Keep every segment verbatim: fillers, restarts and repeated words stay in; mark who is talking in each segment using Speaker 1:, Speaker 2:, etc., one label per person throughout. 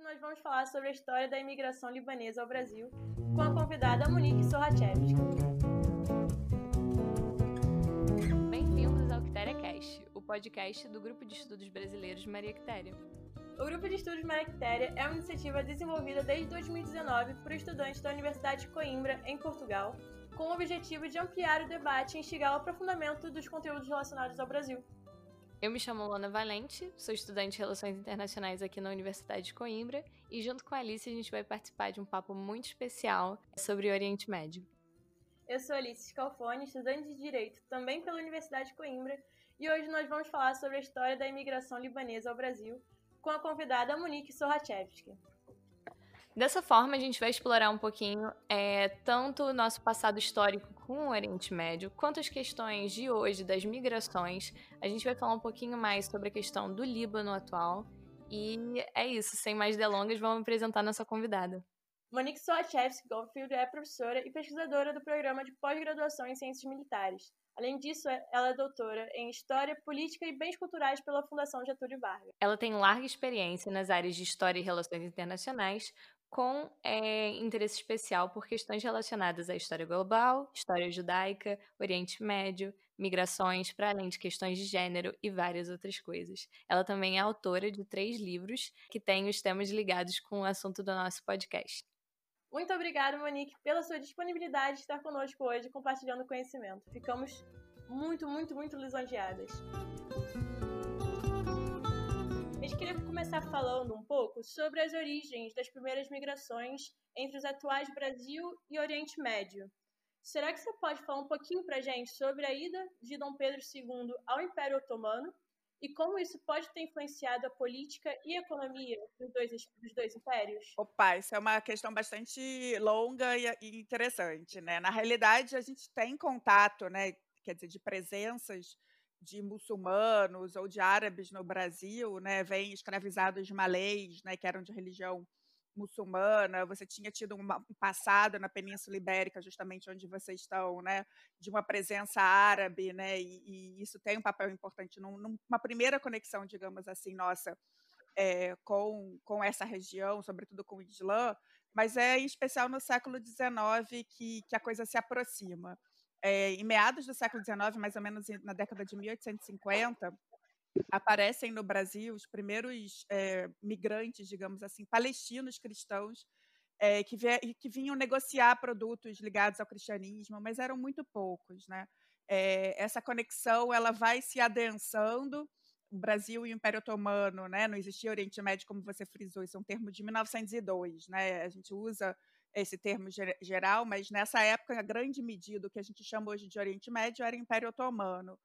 Speaker 1: nós vamos falar sobre a história da imigração libanesa ao Brasil com a convidada Monique Sorachevski.
Speaker 2: Bem-vindos ao QuitériaCast, o podcast do Grupo de Estudos Brasileiros Maria Quitéria.
Speaker 1: O Grupo de Estudos Maria Quitéria é uma iniciativa desenvolvida desde dois mil e dezenove por estudantes da Universidade de Coimbra, em Portugal, com o objetivo de ampliar o debate e instigar o aprofundamento dos conteúdos relacionados ao Brasil.
Speaker 2: Eu me chamo Luana Valente, sou estudante de Relações Internacionais aqui na Universidade de Coimbra e junto com a Alice a gente vai participar de um papo muito especial sobre o Oriente Médio.
Speaker 1: Eu sou Alice Scalfone, estudante de Direito também pela Universidade de Coimbra e hoje nós vamos falar sobre a história da imigração libanesa ao Brasil com a convidada Monique Sorachevski.
Speaker 2: Dessa forma, a gente vai explorar um pouquinho é, tanto o nosso passado histórico com o Oriente Médio, quanto as questões de hoje das migrações. A gente vai falar um pouquinho mais sobre a questão do Líbano atual. E é isso, sem mais delongas, vamos apresentar nossa convidada.
Speaker 1: Monique Sorachevski Goldfield é professora e pesquisadora do programa de pós-graduação em Ciências Militares. Além disso, ela é doutora em História, Política e Bens Culturais pela Fundação Getúlio Vargas.
Speaker 2: Ela tem larga experiência nas áreas de História e Relações Internacionais, com é, interesse especial por questões relacionadas à história global, história judaica, Oriente Médio, migrações, para além de questões de gênero e várias outras coisas. Ela também é autora de três livros que têm os temas ligados com o assunto do nosso podcast.
Speaker 1: Muito obrigada, Monique, pela sua disponibilidade de estar conosco hoje compartilhando conhecimento. Ficamos muito, muito, muito lisonjeadas. A gente queria começar falando um pouco sobre as origens das primeiras migrações entre os atuais Brasil e Oriente Médio. Será que você pode falar um pouquinho para a gente sobre a ida de Dom Pedro segundo ao Império Otomano e como isso pode ter influenciado a política e a economia dos dois, dos dois impérios?
Speaker 3: Opa, isso é uma questão bastante longa e interessante, né? Na realidade, a gente tem contato, né, quer dizer, de presenças de muçulmanos ou de árabes no Brasil, né, vêm escravizados malês, né, que eram de religião muçulmana. Você tinha tido uma, um passado na Península Ibérica, justamente onde vocês estão, né, de uma presença árabe, né, e, e isso tem um papel importante num, numa primeira conexão, digamos assim, nossa, é, com, com essa região, sobretudo com o Islã, mas é em especial no século dezenove que, que a coisa se aproxima. É, em meados do século dezenove, mais ou menos na década de mil oitocentos e cinquenta, aparecem no Brasil os primeiros é, migrantes, digamos assim, palestinos cristãos, é, que, vi, que vinham negociar produtos ligados ao cristianismo, mas eram muito poucos, né? É, essa conexão ela vai se adensando. O Brasil e o Império Otomano, né? Não existia Oriente Médio, como você frisou, isso é um termo de mil novecentos e dois, né? A gente usa esse termo geral, mas nessa época, a grande medida, o que a gente chama hoje de Oriente Médio, era o Império Otomano.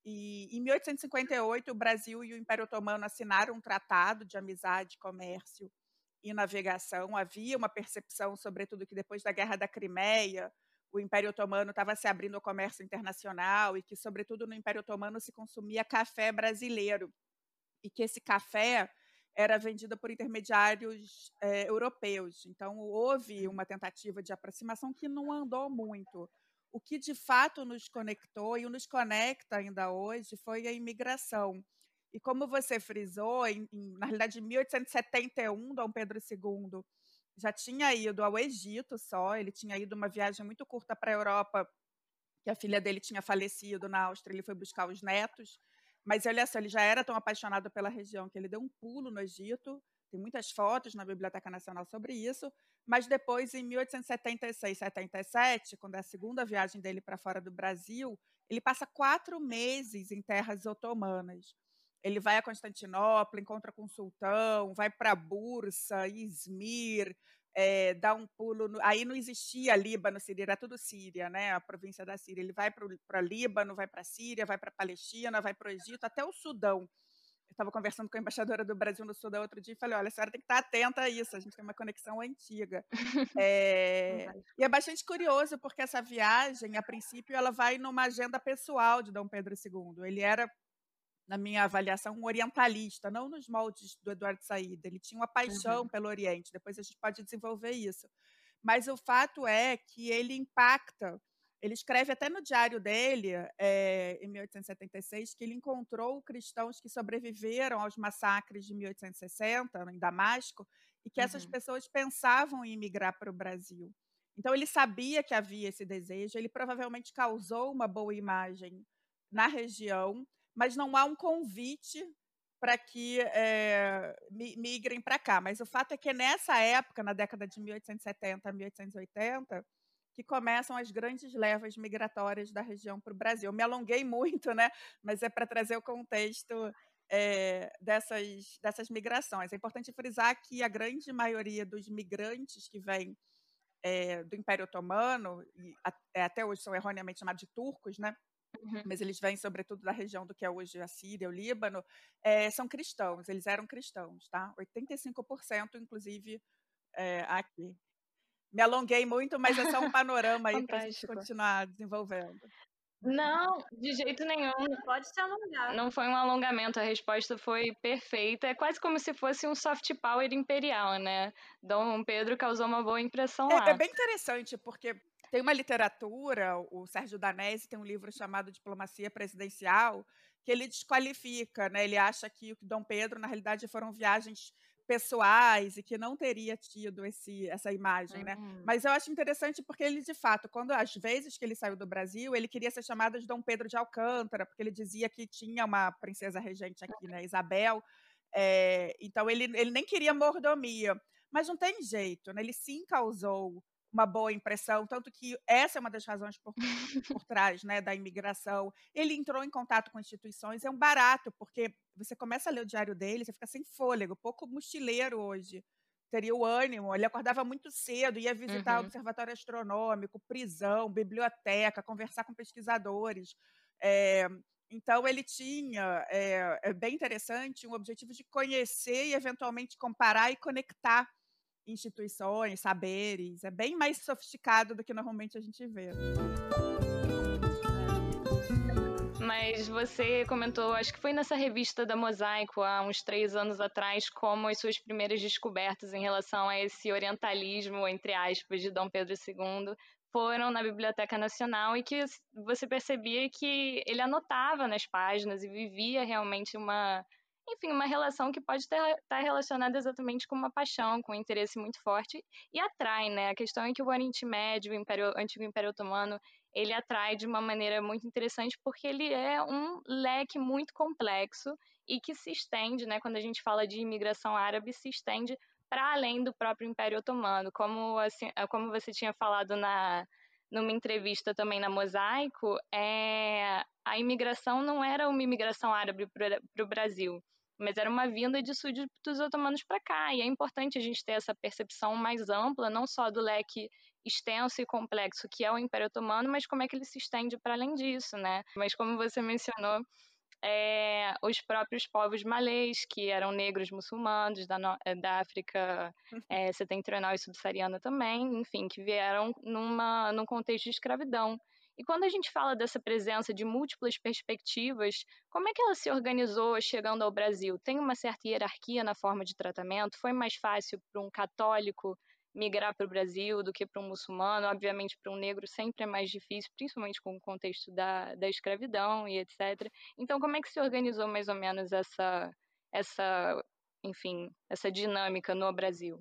Speaker 3: E em mil oitocentos e cinquenta e oito, o Brasil e o Império Otomano assinaram um tratado de amizade, comércio e navegação. Havia uma percepção, sobretudo, que depois da Guerra da Crimeia, o Império Otomano estava se abrindo ao comércio internacional e que, sobretudo, no Império Otomano se consumia café brasileiro e que esse café era vendido por intermediários é, europeus. Então, houve uma tentativa de aproximação que não andou muito. O que, de fato, nos conectou e nos conecta ainda hoje foi a imigração. E como você frisou, em, em, na realidade, em mil oitocentos e setenta e um, Dom Pedro segundo já tinha ido ao Egito só, ele tinha ido uma viagem muito curta para a Europa, que a filha dele tinha falecido na Áustria, ele foi buscar os netos, mas olha só, ele já era tão apaixonado pela região que ele deu um pulo no Egito, tem muitas fotos na Biblioteca Nacional sobre isso, mas depois, em mil oitocentos e setenta e seis, setenta e sete, quando é a segunda viagem dele para fora do Brasil, ele passa quatro meses em terras otomanas. Ele vai a Constantinopla, encontra com o sultão, vai para Bursa, Izmir, é, dá um pulo. No... Aí não existia Líbano, Síria, era tudo Síria, né? A província da Síria. Ele vai para Líbano, vai para Síria, vai para Palestina, vai para o Egito, até o Sudão. Eu estava conversando com a embaixadora do Brasil no Sudão outro dia e falei: olha, a senhora tem que estar atenta a isso, a gente tem uma conexão antiga. É... E é bastante curioso, porque essa viagem, a princípio, ela vai numa agenda pessoal de Dom Pedro segundo. Ele era, na minha avaliação, um orientalista, não nos moldes do Eduardo Saída. Ele tinha uma paixão uhum. pelo Oriente, depois a gente pode desenvolver isso. Mas o fato é que ele impacta, ele escreve até no diário dele, é, em mil oitocentos e setenta e seis, que ele encontrou cristãos que sobreviveram aos massacres de mil oitocentos e sessenta, em Damasco, e que essas
Speaker 2: Uhum.
Speaker 3: pessoas pensavam em migrar para o Brasil. Então ele sabia que havia esse desejo, ele provavelmente causou uma boa imagem na região, mas não há um convite para que eh, mi- migrem para cá. Mas o fato é que nessa época, na década de mil oitocentos e setenta a mil oitocentos e oitenta, que começam as grandes levas migratórias da região para o Brasil. Eu me alonguei muito, né? Mas é para trazer o contexto eh, dessas, dessas migrações. É importante frisar que a grande maioria dos migrantes que vêm eh, do Império Otomano, e a- é, até hoje são erroneamente chamados de turcos, né?
Speaker 2: Uhum.
Speaker 3: Mas eles vêm sobretudo da região do que é hoje a Síria, o Líbano, eh, são cristãos, eles eram cristãos, tá? oitenta e cinco por cento, inclusive, eh, aqui. Me alonguei muito, mas é só um panorama aí para a gente
Speaker 2: Fantástico.
Speaker 3: continuar desenvolvendo.
Speaker 2: Não, de jeito nenhum.
Speaker 1: Pode se alongar.
Speaker 2: Não foi um alongamento, a resposta foi perfeita. É quase como se fosse um soft power imperial, né? Dom Pedro causou uma boa impressão
Speaker 3: É, é
Speaker 2: lá.
Speaker 3: bem interessante, porque tem uma literatura, o Sérgio Danesi tem um livro chamado Diplomacia Presidencial, que ele desqualifica, né? Ele acha que o que Dom Pedro, na realidade, foram viagens pessoais e que não teria tido esse, essa imagem, né?
Speaker 2: Hum.
Speaker 3: Mas eu acho interessante porque ele, de fato, quando às vezes que ele saiu do Brasil, ele queria ser chamado de Dom Pedro de Alcântara, porque ele dizia que tinha uma princesa regente aqui, né? Isabel. É, então ele, ele nem queria mordomia. Mas não tem jeito, né? Ele sim causou uma boa impressão, tanto que essa é uma das razões por, por trás, né, da imigração. Ele entrou em contato com instituições, é um barato, porque você começa a ler o diário dele, você fica sem fôlego, pouco mochileiro hoje. Teria o ânimo, ele acordava muito cedo, ia visitar o
Speaker 2: Uhum.
Speaker 3: observatório astronômico, prisão, biblioteca, conversar com pesquisadores. É, então, ele tinha, é, é bem interessante, um objetivo de conhecer e, eventualmente, comparar e conectar instituições, saberes. É bem mais sofisticado do que normalmente a gente vê.
Speaker 2: Mas você comentou, acho que foi nessa revista da Mosaico, há uns três anos atrás, como as suas primeiras descobertas em relação a esse orientalismo, entre aspas, de Dom Pedro segundo, foram na Biblioteca Nacional e que você percebia que ele anotava nas páginas e vivia realmente uma, enfim, uma relação que pode ter, estar relacionada exatamente com uma paixão, com um interesse muito forte e atrai, né? A questão é que o Oriente Médio, o Império, Antigo Império Otomano, ele atrai de uma maneira muito interessante porque ele é um leque muito complexo e que se estende, né, quando a gente fala de imigração árabe, se estende para além do próprio Império Otomano. Como, assim, como você tinha falado na, numa entrevista também na Mosaico, é, a imigração não era uma imigração árabe para o Brasil, mas era uma vinda de súditos otomanos para cá. E é importante a gente ter essa percepção mais ampla, não só do leque extenso e complexo que é o Império Otomano, mas como é que ele se estende para além disso, né? Mas como você mencionou, é, os próprios povos malês, que eram negros muçulmanos da, no, da África é, setentrional e subsaariana também, enfim, que vieram numa, num contexto de escravidão. E quando a gente fala dessa presença de múltiplas perspectivas, como é que ela se organizou chegando ao Brasil? Tem uma certa hierarquia na forma de tratamento? Foi mais fácil para um católico migrar para o Brasil do que para um muçulmano? Obviamente, para um negro sempre é mais difícil, principalmente com o contexto da, da escravidão e etcétera. Então, como é que se organizou mais ou menos essa, essa, enfim, essa dinâmica no Brasil?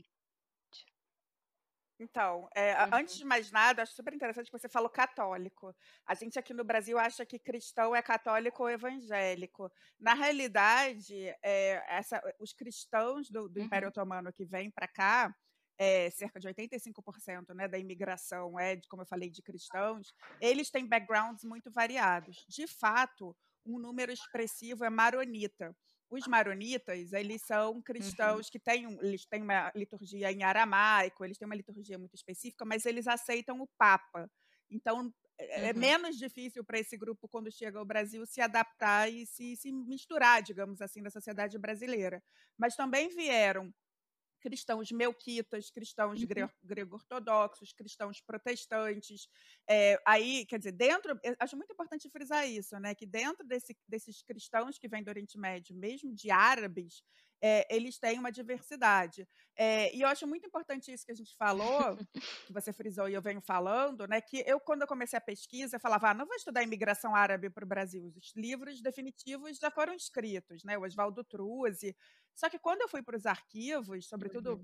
Speaker 3: Então, é, a- antes
Speaker 2: Uhum.
Speaker 3: de mais nada, acho super interessante que você falou católico. A gente aqui no Brasil acha que cristão é católico ou evangélico. Na realidade, é, essa- os cristãos do, do Império
Speaker 2: Uhum.
Speaker 3: Otomano que vêm para cá, é, cerca de oitenta e cinco por cento, né, da imigração é, de, como eu falei, de cristãos, eles têm backgrounds muito variados. De fato, um número expressivo é maronita. Os maronitas, eles são
Speaker 2: Uhum.
Speaker 3: cristãos que têm, um- eles têm uma liturgia em aramaico, eles têm uma liturgia muito específica, mas eles aceitam o Papa. Então, é é
Speaker 2: Uhum.
Speaker 3: menos difícil para esse grupo, quando chega ao Brasil, se adaptar e se, se misturar, digamos assim, na sociedade brasileira. Mas também vieram cristãos melquitas, cristãos
Speaker 2: Uhum.
Speaker 3: grego-ortodoxos, cristãos protestantes. É, aí, quer dizer, dentro, acho muito importante frisar isso, né? Que dentro desse, desses cristãos que vêm do Oriente Médio, mesmo de árabes, é, eles têm uma diversidade. É, e eu acho muito importante isso que a gente falou, que você frisou e eu venho falando, né? Que eu, quando eu comecei a pesquisa, eu falava, ah, não vou estudar imigração árabe para o Brasil. Os livros definitivos já foram escritos, né? O Oswaldo Truzzi. Só que quando eu fui para os arquivos, sobretudo
Speaker 2: Uhum.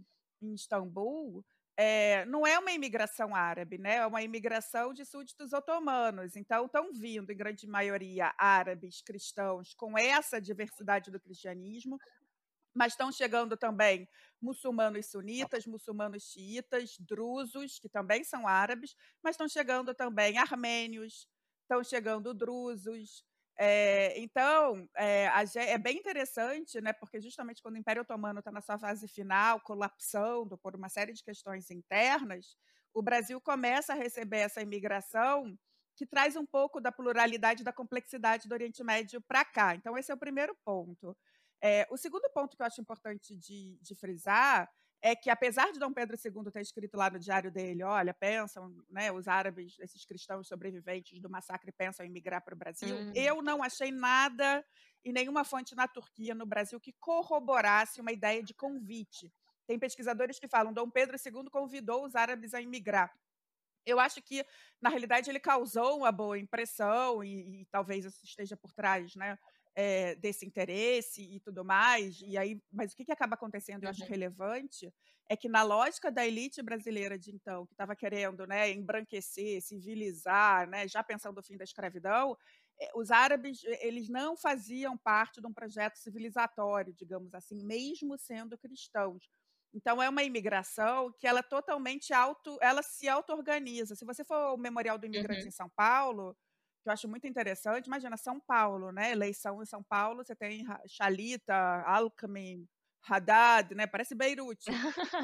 Speaker 3: em Istambul, eh, não é uma imigração árabe, né, é uma imigração de súditos otomanos. Então estão vindo, em grande maioria, árabes cristãos com essa diversidade do cristianismo, mas estão chegando também muçulmanos sunitas, muçulmanos xiitas, drusos, que também são árabes, mas estão chegando também armênios, estão chegando drusos. Eh, então, eh, a ge é bem interessante, né, porque justamente quando o Império Otomano está na sua fase final, colapsando por uma série de questões internas, o Brasil começa a receber essa imigração que traz um pouco da pluralidade e da complexidade do Oriente Médio para cá. Então esse é o primeiro ponto. Eh, o segundo ponto que eu acho importante de de frisar, é que apesar de Dom Pedro segundo ter escrito lá no diário dele: "Olha, pensam, né, os árabes, esses cristãos sobreviventes do massacre pensam em migrar para o Brasil",
Speaker 2: Hum.
Speaker 3: eu não achei nada em nenhuma fonte na Turquia, no Brasil, que corroborasse uma ideia de convite. Tem pesquisadores que falam: "Dom Pedro segundo convidou os árabes a imigrar". Eu acho que, na realidade, ele causou uma boa impressão e e talvez isso esteja por trás, né, eh, desse interesse e tudo mais, e aí mas o que que acaba acontecendo, eu acho
Speaker 2: Uhum.
Speaker 3: relevante, é que na lógica da elite brasileira de então, que estava querendo, né, embranquecer, civilizar, né, já pensando no fim da escravidão, eh, os árabes, e eles não faziam parte de um projeto civilizatório, digamos assim, mesmo sendo cristãos. Então é uma imigração que ela é totalmente auto ela se auto-organiza. Se você for ao Memorial do Imigrante em
Speaker 2: Uhum.
Speaker 3: São Paulo, que eu acho muito interessante, imagina São Paulo, né, eleição em São Paulo, você tem Ra Chalita, Alckmin, Haddad, né, parece Beirute.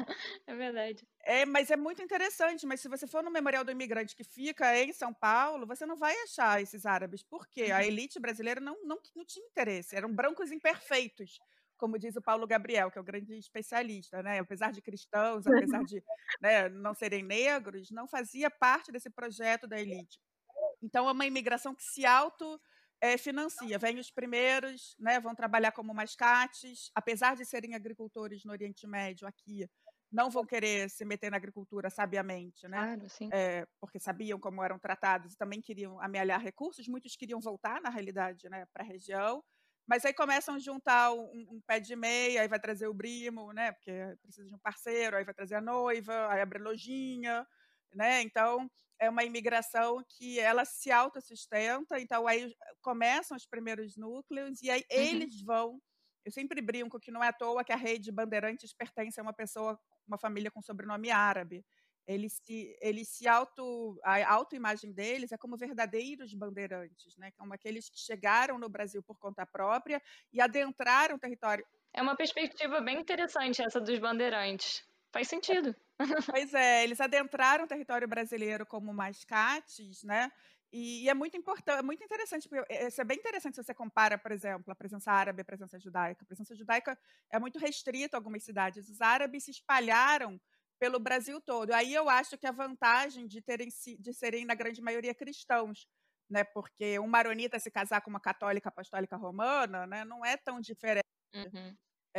Speaker 2: É verdade.
Speaker 3: É, mas é muito interessante, mas se você for no Memorial do Imigrante que fica em São Paulo, você não vai achar esses árabes, por quê? A
Speaker 2: Uhum.
Speaker 3: elite brasileira não não não tinha interesse, eram brancos imperfeitos, como diz o Paulo Gabriel, que é o grande especialista, né, apesar de cristãos, apesar de, né, não serem negros, não fazia parte desse projeto da elite. Então é uma imigração que se auto, eh, financia, vêm os primeiros, né, vão trabalhar como mascates, apesar de serem agricultores no Oriente Médio, aqui, não vão querer se meter na agricultura sabiamente, né,
Speaker 2: Claro, sim.
Speaker 3: eh, porque sabiam como eram tratados e também queriam amealhar recursos, muitos queriam voltar, na realidade, né, para a região, mas aí começam a juntar um um um pé de meia, aí vai trazer o primo, né, porque precisa de um parceiro, aí vai trazer a noiva, aí abre lojinha, né, então é uma imigração que ela se autossustenta, então aí começam os primeiros núcleos, e aí
Speaker 2: Uhum.
Speaker 3: eles vão eu sempre brinco que não é à toa que a rede Bandeirantes pertence a uma pessoa uma família com sobrenome árabe. Eles se eles se auto a autoimagem deles é como verdadeiros bandeirantes, né, como aqueles que chegaram no Brasil por conta própria e adentraram o território
Speaker 2: É uma perspectiva bem interessante essa dos bandeirantes. Faz
Speaker 3: É
Speaker 2: sentido.
Speaker 3: Pois é, eles adentraram o território brasileiro como mascates, né, e é muito importan é muito interessante, porque eh, isso é bem interessante se você compara, por exemplo, a presença árabe e a presença judaica. A presença judaica é muito restrita a algumas cidades, os árabes se espalharam pelo Brasil todo. Aí eu acho que a vantagem de terem si de serem, na grande maioria, cristãos, né, porque um maronita se casar com uma católica apostólica romana, né, não é tão diferente.
Speaker 2: Uhum.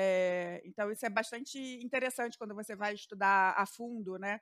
Speaker 3: Eh, então isso é bastante interessante quando você vai estudar a fundo, né,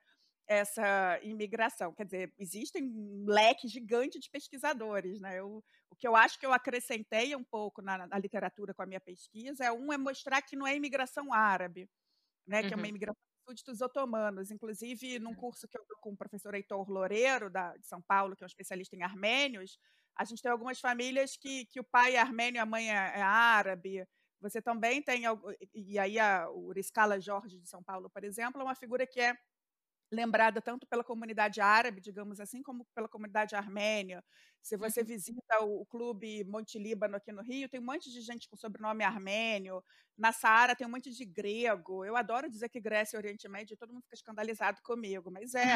Speaker 3: essa imigração. Quer dizer, existem um leque gigante de pesquisadores, né, eu o que eu acho que eu acrescentei um pouco na na literatura com a minha pesquisa, é um é mostrar que não é imigração árabe, né, que é uma
Speaker 2: Uhum.
Speaker 3: imigração de súditos otomanos. Inclusive, num curso que eu dou com o professor Heitor Loureiro, da de São Paulo, que é um especialista em armênios, a gente tem algumas famílias que que o pai é armênio e a mãe é é árabe. Você também tem algu e e aí a o Uriscala Jorge de São Paulo, por exemplo, é uma figura que é lembrada tanto pela comunidade árabe, digamos assim, como pela comunidade armênia. Se você
Speaker 2: Uhum.
Speaker 3: visita o o clube Monte Líbano aqui no Rio, tem um monte de gente com sobrenome armênio, na Saara tem um monte de grego. Eu adoro dizer que Grécia e Oriente Médio, todo mundo fica escandalizado comigo, mas é.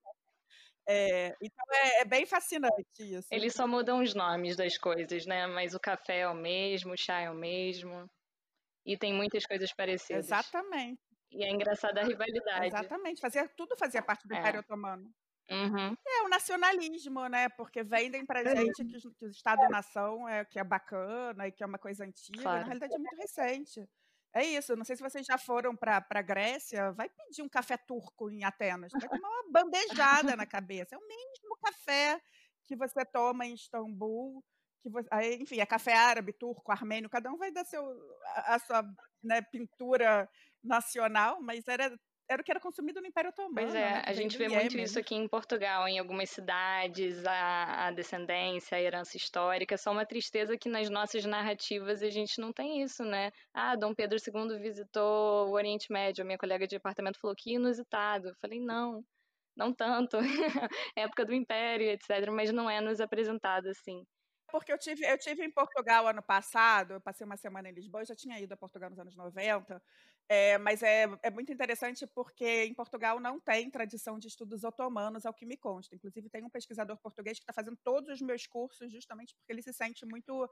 Speaker 3: Eh, então é é bem fascinante isso.
Speaker 2: Eles só mudam os nomes das coisas, né, mas o café é o mesmo, o chá é o mesmo, e tem muitas coisas parecidas.
Speaker 3: Exatamente.
Speaker 2: E é engraçada a rivalidade.
Speaker 3: Exatamente, fazia tudo fazia parte do
Speaker 2: É.
Speaker 3: Império Otomano.
Speaker 2: Uhum.
Speaker 3: É, o nacionalismo, né, porque vendem pra
Speaker 2: É.
Speaker 3: gente que os que o Estado-nação é que é bacana e que é uma coisa antiga, na
Speaker 2: Claro.
Speaker 3: realidade é muito recente. É isso, não sei se vocês já foram pra pra Grécia, vai pedir um café turco em Atenas, tu vai tomar uma bandejada na cabeça, é o mesmo café que você toma em Istambul, que vo aí, enfim, é café árabe, turco, armênio, cada um vai dar seu a a sua, né, pintura nacional, mas era era o que era consumido no Império
Speaker 2: Pois
Speaker 3: Otomano,
Speaker 2: é,
Speaker 3: né, que
Speaker 2: a
Speaker 3: veio
Speaker 2: gente
Speaker 3: do
Speaker 2: vê muito
Speaker 3: Iêmen.
Speaker 2: isso aqui em Portugal, em algumas cidades, a, a descendência, a herança histórica, só uma tristeza que nas nossas narrativas a gente não tem isso, né? Ah, Dom Pedro segundo visitou o Oriente Médio, a minha colega de departamento falou que inusitado. Eu falei, não, não tanto, época do Império, etcétera, mas não é nos apresentado assim.
Speaker 3: Porque eu tive eu tive em Portugal ano passado, eu passei uma semana em Lisboa, eu já tinha ido a Portugal nos anos noventa, eh, mas é é muito interessante porque em Portugal não tem tradição de estudos otomanos, ao que me consta. Inclusive tem um pesquisador português que está fazendo todos os meus cursos justamente porque ele se sente muito,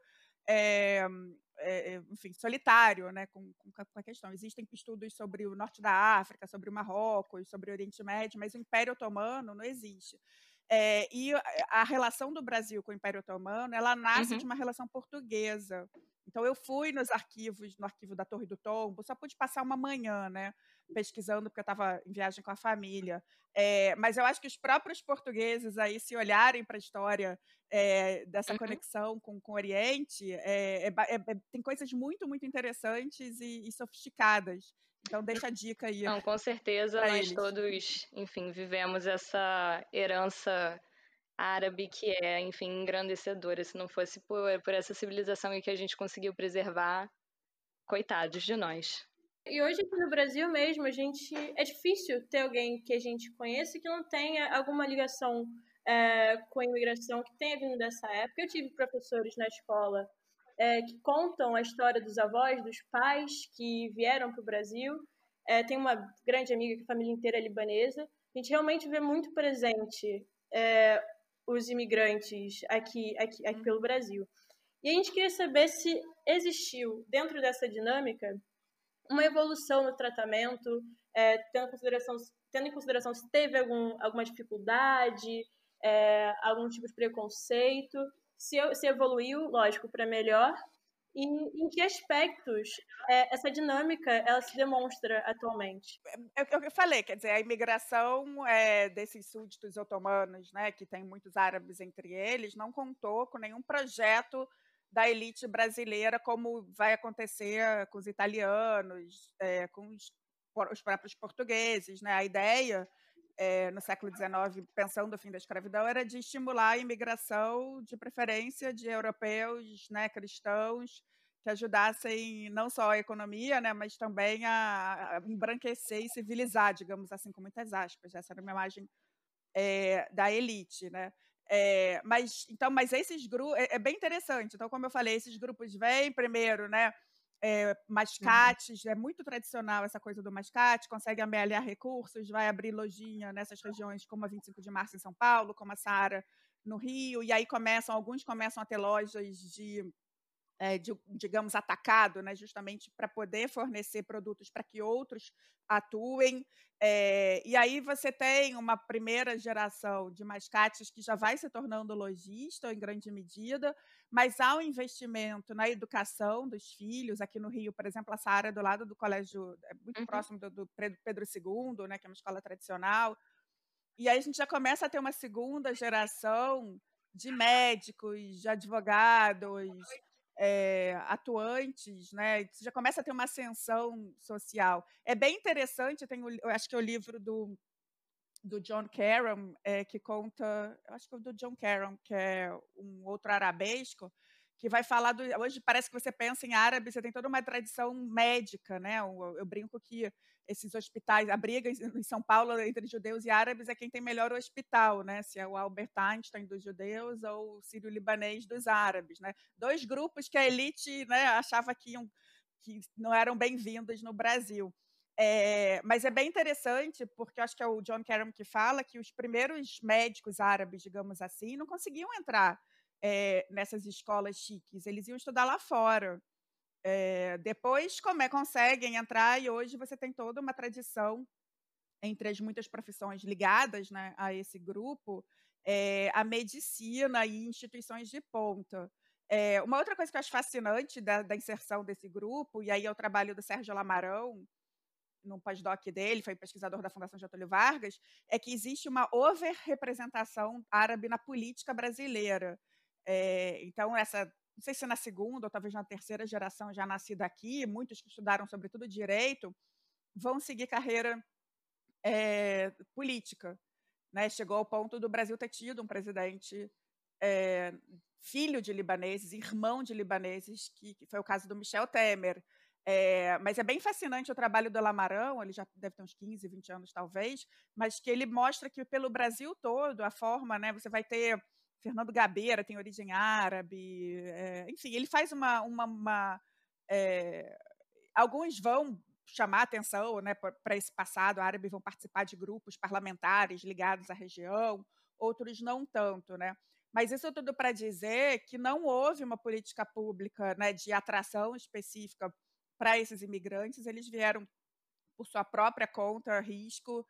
Speaker 3: eh eh, enfim, solitário, né, com com com a questão. Existem estudos sobre o norte da África, sobre o Marrocos, sobre o Oriente Médio, mas o Império Otomano não existe. Eh, e a a relação do Brasil com o Império Otomano, ela nasce de
Speaker 2: Uhum.
Speaker 3: uma relação portuguesa. Então eu fui nos arquivos, no arquivo da Torre do Tombo, só pude passar uma manhã, né, pesquisando, porque eu estava em viagem com a família. Eh, mas eu acho que os próprios portugueses aí, se olharem para a história, eh, dessa
Speaker 2: Uhum.
Speaker 3: conexão com com o Oriente, eh, é ba é é tem coisas muito, muito interessantes e e sofisticadas. Então deixa a dica aí
Speaker 2: Não, com certeza
Speaker 3: para
Speaker 2: nós
Speaker 3: eles.
Speaker 2: todos, enfim, vivemos essa herança árabe que é, enfim, engrandecedora. Se não fosse por, por essa civilização e que a gente conseguiu preservar, coitados de nós.
Speaker 1: E hoje aqui no Brasil mesmo, a gente é difícil ter alguém que a gente conheça que não tenha alguma ligação é, com a imigração que tenha vindo dessa época. Eu tive professores na escola é, que contam a história dos avós, dos pais que vieram para o Brasil. É, tem uma grande amiga que a família inteira é libanesa. A gente realmente vê muito presente é, os imigrantes aqui, aqui, aqui pelo Brasil. E a gente queria saber se existiu, dentro dessa dinâmica, uma evolução no tratamento, é, tendo, em consideração, tendo em consideração se teve algum, alguma dificuldade, é, algum tipo de preconceito, se, se evoluiu, lógico, para melhor, e em que aspectos é, essa dinâmica ela se demonstra atualmente.
Speaker 3: É é o que eu falei, quer dizer, a imigração, eh, desses súditos otomanos, né, que tem muitos árabes entre eles, não contou com nenhum projeto da elite brasileira, como vai acontecer com os italianos, eh, com os por os próprios portugueses, né. A ideia, eh, no século dezenove, pensando o fim da escravidão, era de estimular a imigração, de preferência de europeus, né, cristãos, que ajudassem não só a economia, né, mas também a a embranquecer e civilizar, digamos assim, com muitas aspas. Essa era uma imagem, eh, da elite, né. Eh, mas então, mas esses grupos é é bem interessante. Então, como eu falei, esses grupos vêm primeiro, né, eh,
Speaker 2: Uhum.
Speaker 3: mascates, é muito tradicional essa coisa do mascate, consegue amealhar recursos, vai abrir lojinha nessas regiões, como a vinte e cinco de março em São Paulo, como a Saara no Rio, e aí começam alguns começam a ter lojas de eh, de, digamos, atacado, né, justamente para poder fornecer produtos para que outros atuem. Eh, e aí você tem uma primeira geração de mascates que já vai se tornando lojista em grande medida, mas há um investimento na educação dos filhos. Aqui no Rio, por exemplo, a Saara é do lado do colégio, é muito
Speaker 2: Uhum.
Speaker 3: próximo do, do Pedro Pedro segundo, né, que é uma escola tradicional. E aí a gente já começa a ter uma segunda geração de médicos, de advogados, eh, atuantes, né, você já começa a ter uma ascensão social. É bem interessante, tem o eu acho que é o livro do do John Caron, eh, que conta, eu acho que é o do John Caron, que é um outro arabesco, que vai falar do hoje parece que você pensa em árabe, você tem toda uma tradição médica, né, eu eu brinco que esses hospitais, a briga em em São Paulo entre judeus e árabes é quem tem melhor hospital, né, se é o Albert Einstein dos judeus ou o sírio-libanês dos árabes, né. Dois grupos que a elite, né, achava que iam que não eram bem-vindos no Brasil. Eh, mas é bem interessante, porque eu acho que é o John Caron que fala que os primeiros médicos árabes, digamos assim, não conseguiam entrar, eh, nessas escolas chiques, eles iam estudar lá fora. Eh, depois come conseguem entrar e hoje você tem toda uma tradição entre as muitas profissões ligadas, né, a esse grupo, eh, a medicina e instituições de ponta. Eh, uma outra coisa que eu acho fascinante da da inserção desse grupo, e aí é o trabalho do Sérgio Lamarão, no pós-doc dele, foi pesquisador da Fundação Getúlio Vargas, é que existe uma overrepresentação árabe na política brasileira. Eh, então essa, não sei se na segunda ou talvez na terceira geração já nascida aqui, muitos que estudaram sobretudo direito, vão seguir carreira é, política. Né? Chegou ao ponto do Brasil ter tido um presidente é, filho de libaneses, irmão de libaneses, que, que foi o caso do Michel Temer. É, mas é bem fascinante o trabalho do Lamarão, ele já deve ter uns quinze, vinte anos talvez, mas que ele mostra que pelo Brasil todo, a forma, né, você vai ter Fernando Gabeira, tem origem árabe, é, enfim, ele faz uma... uma, uma é, alguns vão chamar atenção, né, para esse passado árabe, vão participar de grupos parlamentares ligados à região, outros não tanto, né? Mas isso tudo para dizer que não houve uma política pública, né, de atração específica para esses imigrantes, eles vieram por sua própria conta, risco,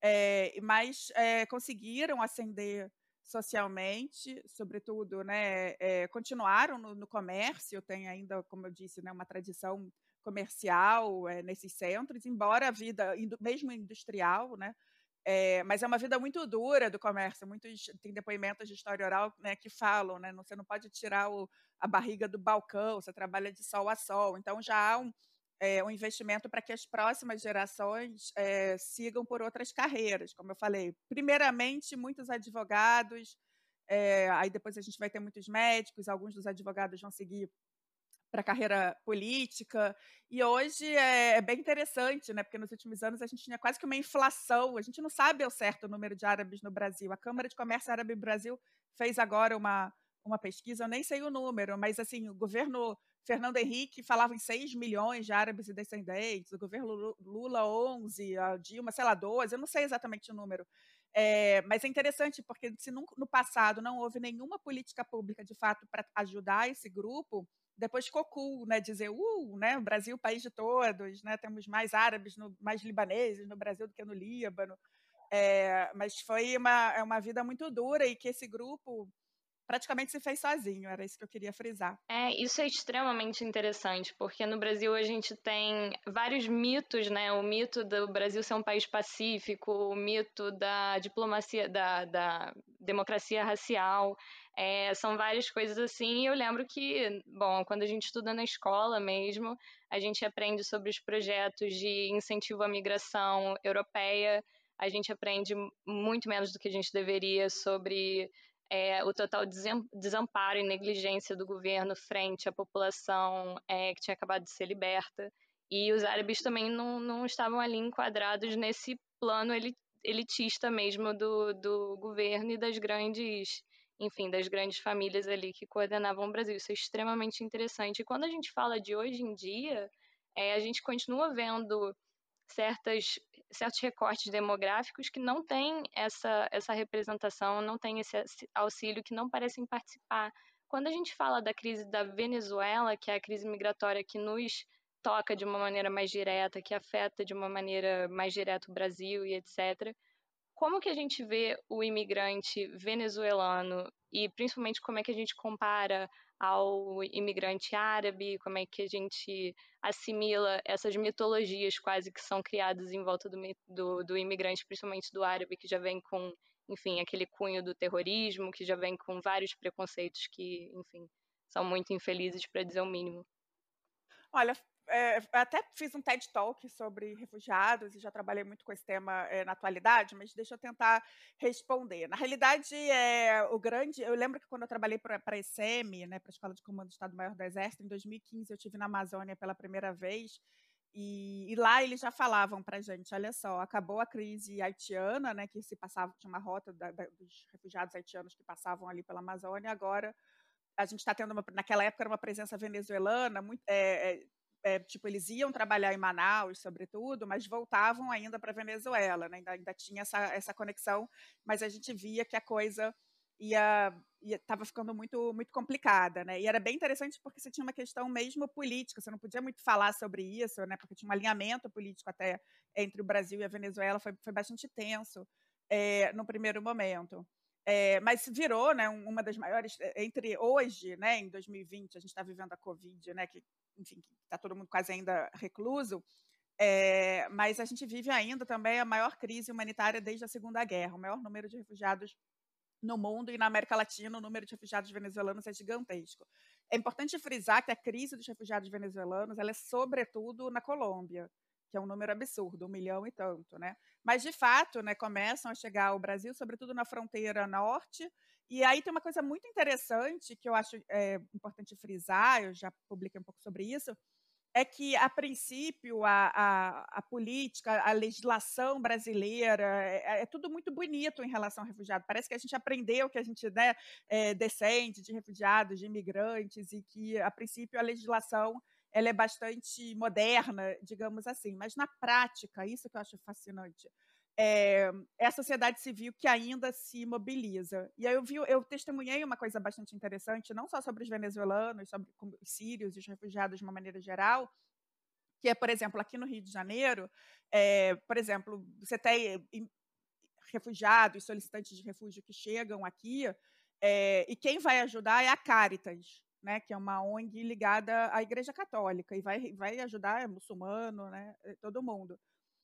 Speaker 3: é, mas é, conseguiram ascender socialmente, sobretudo, né, é, continuaram no, no comércio, tem ainda, como eu disse, né, uma tradição comercial é, nesses centros, embora a vida, mesmo industrial, né, é, mas é uma vida muito dura do comércio. Muitos tem depoimentos de história oral, né, que falam, né, você não pode tirar o, a barriga do balcão, você trabalha de sol a sol. Então já há um, é, um investimento para que as próximas gerações é, sigam por outras carreiras, como eu falei. Primeiramente, muitos advogados, é, aí depois a gente vai ter muitos médicos, alguns dos advogados vão seguir para a carreira política, e hoje é, é bem interessante, né? Porque nos últimos anos a gente tinha quase que uma inflação, a gente não sabe ao certo o número de árabes no Brasil. A Câmara de Comércio Árabe Brasil fez agora uma, uma pesquisa, eu nem sei o número, mas assim, o governo Fernando Henrique falava em seis milhões de árabes e descendentes, o governo Lula onze, a Dilma, sei lá, doze, eu não sei exatamente o número. É, mas é interessante porque se no, no passado não houve nenhuma política pública de fato para ajudar esse grupo, depois ficou cool, né, dizer, uh, né, o Brasil, país de todos, né, temos mais árabes, no, mais libaneses no Brasil do que no Líbano, é, mas foi uma, é uma vida muito dura e que esse grupo praticamente se fez sozinho, era isso que eu queria frisar.
Speaker 2: É, isso é extremamente interessante, porque no Brasil a gente tem vários mitos, né? O mito do Brasil ser um país pacífico, o mito da diplomacia, da, da democracia racial, é, são várias coisas assim. E eu lembro que, bom, quando a gente estuda na escola mesmo, a gente aprende sobre os projetos de incentivo à migração europeia, a gente aprende muito menos do que a gente deveria sobre é, o total desamparo e negligência do governo frente à população é, que tinha acabado de ser liberta. E os árabes também não, não estavam ali enquadrados nesse plano elitista mesmo do, do governo e das grandes, enfim, das grandes famílias ali que coordenavam o Brasil. Isso é extremamente interessante. E quando a gente fala de hoje em dia, é, a gente continua vendo certas, certos recortes demográficos que não têm essa, essa representação, não têm esse auxílio, que não parecem participar. Quando a gente fala da crise da Venezuela, que é a crise migratória que nos toca de uma maneira mais direta, que afeta de uma maneira mais direta o Brasil e etcétera, como que a gente vê o imigrante venezuelano e principalmente como é que a gente compara ao imigrante árabe, como é que a gente assimila essas mitologias quase que são criadas em volta do, do, do imigrante, principalmente do árabe, que já vem com, enfim, aquele cunho do terrorismo, que já vem com vários preconceitos que, enfim, são muito infelizes, para dizer o mínimo.
Speaker 3: Olha, é, até fiz um TED Talk sobre refugiados e já trabalhei muito com esse tema é, na atualidade, mas deixa eu tentar responder. Na realidade, é, o grande... Eu lembro que quando eu trabalhei para a E S E M, né, para a Escola de Comando do Estado-Maior do Exército, em dois mil e quinze eu estive na Amazônia pela primeira vez, e, e lá eles já falavam para a gente, olha só, acabou a crise haitiana, né, que se passava, tinha uma rota da, da, dos refugiados haitianos que passavam ali pela Amazônia, agora a gente está tendo, uma, naquela época, era uma presença venezuelana, muito, é, é, tipo, eles iam trabalhar em Manaus, sobretudo, mas voltavam ainda para a Venezuela, né? ainda, ainda tinha essa, essa conexão, mas a gente via que a coisa ia estava ficando muito, muito complicada, né? E era bem interessante porque você tinha uma questão mesmo política, você não podia muito falar sobre isso, né? Porque tinha um alinhamento político até entre o Brasil e a Venezuela, foi, foi bastante tenso é, no primeiro momento. É, mas virou, né, uma das maiores, entre hoje, né, em dois mil e vinte, a gente está vivendo a Covid, né, que, enfim, está todo mundo quase ainda recluso, é, mas a gente vive ainda também a maior crise humanitária desde a Segunda Guerra, o maior número de refugiados no mundo, e na América Latina o número de refugiados venezuelanos é gigantesco. É importante frisar que a crise dos refugiados venezuelanos ela é sobretudo na Colômbia. que é um número absurdo, um milhão e tanto, né? Mas, de fato, né, começam a chegar ao Brasil, sobretudo na fronteira norte, e aí tem uma coisa muito interessante que eu acho é, importante frisar, eu já publiquei um pouco sobre isso, é que, a princípio, a, a, a política, a legislação brasileira, é, é tudo muito bonito em relação ao refugiado. Parece que a gente aprendeu que a gente, né, é decente de refugiados, de imigrantes, e que, a princípio, a legislação ela é bastante moderna, digamos assim. Mas, na prática, isso que eu acho fascinante, é, é a sociedade civil que ainda se mobiliza. E aí eu, vi, eu testemunhei uma coisa bastante interessante, não só sobre os venezuelanos, sobre os sírios e os refugiados de uma maneira geral, que é, por exemplo, aqui no Rio de Janeiro, é, por exemplo, você tem refugiados, solicitantes de refúgio que chegam aqui, é, e quem vai ajudar é a Caritas, né, que é uma O N G ligada à Igreja Católica, e vai, vai ajudar é muçulmano, né, todo mundo.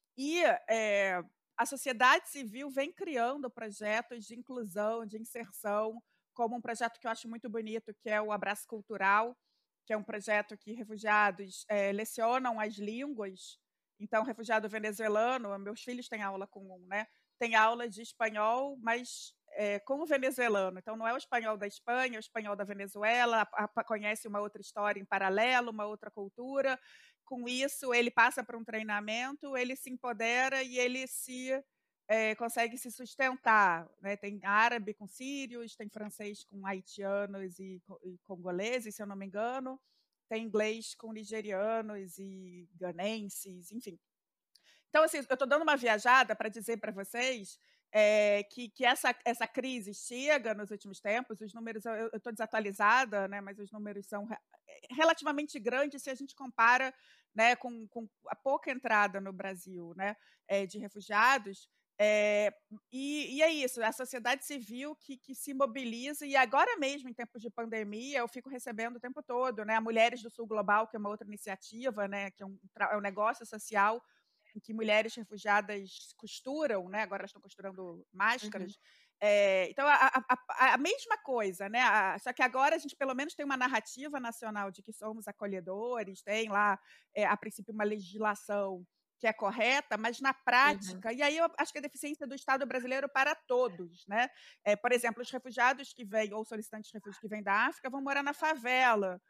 Speaker 3: E é, a sociedade civil vem criando projetos de inclusão, de inserção, como um projeto que eu acho muito bonito, que é o Abraço Cultural, que é um projeto que refugiados é, lecionam as línguas. Então, refugiado venezuelano, meus filhos têm aula com, né, tem aula de espanhol, mas é, com o venezuelano. Então, não é o espanhol da Espanha, é o espanhol da Venezuela, a, a, conhece uma outra história em paralelo, uma outra cultura. Com isso, ele passa por um treinamento, ele se empodera e ele se é, consegue se sustentar. Né? Tem árabe com sírios, tem francês com haitianos e, e congoleses, se eu não me engano, tem inglês com nigerianos e ganenses, enfim. Então, assim, eu estou dando uma viajada para dizer para vocês é, que, que essa, essa crise chega nos últimos tempos. Os números, eu estou desatualizada, né, mas os números são relativamente grandes se a gente compara, né, com, com a pouca entrada no Brasil, né, é, de refugiados. É, e, e é isso, a sociedade civil que, que se mobiliza, e agora mesmo, em tempos de pandemia, eu fico recebendo o tempo todo, né, a Mulheres do Sul Global, que é uma outra iniciativa, né, que é um, é um negócio social em que mulheres refugiadas costuram, né? Agora elas estão costurando máscaras. Uhum. É, então, a, a, a mesma coisa, né? A, só que agora a gente pelo menos tem uma narrativa nacional de que somos acolhedores, tem lá, é, a princípio, uma legislação que é correta, mas na prática, uhum. E aí eu acho que a deficiência do Estado brasileiro para todos, né? É, por exemplo, os refugiados que vêm, ou solicitantes de refúgio que vêm da África, vão morar na favela.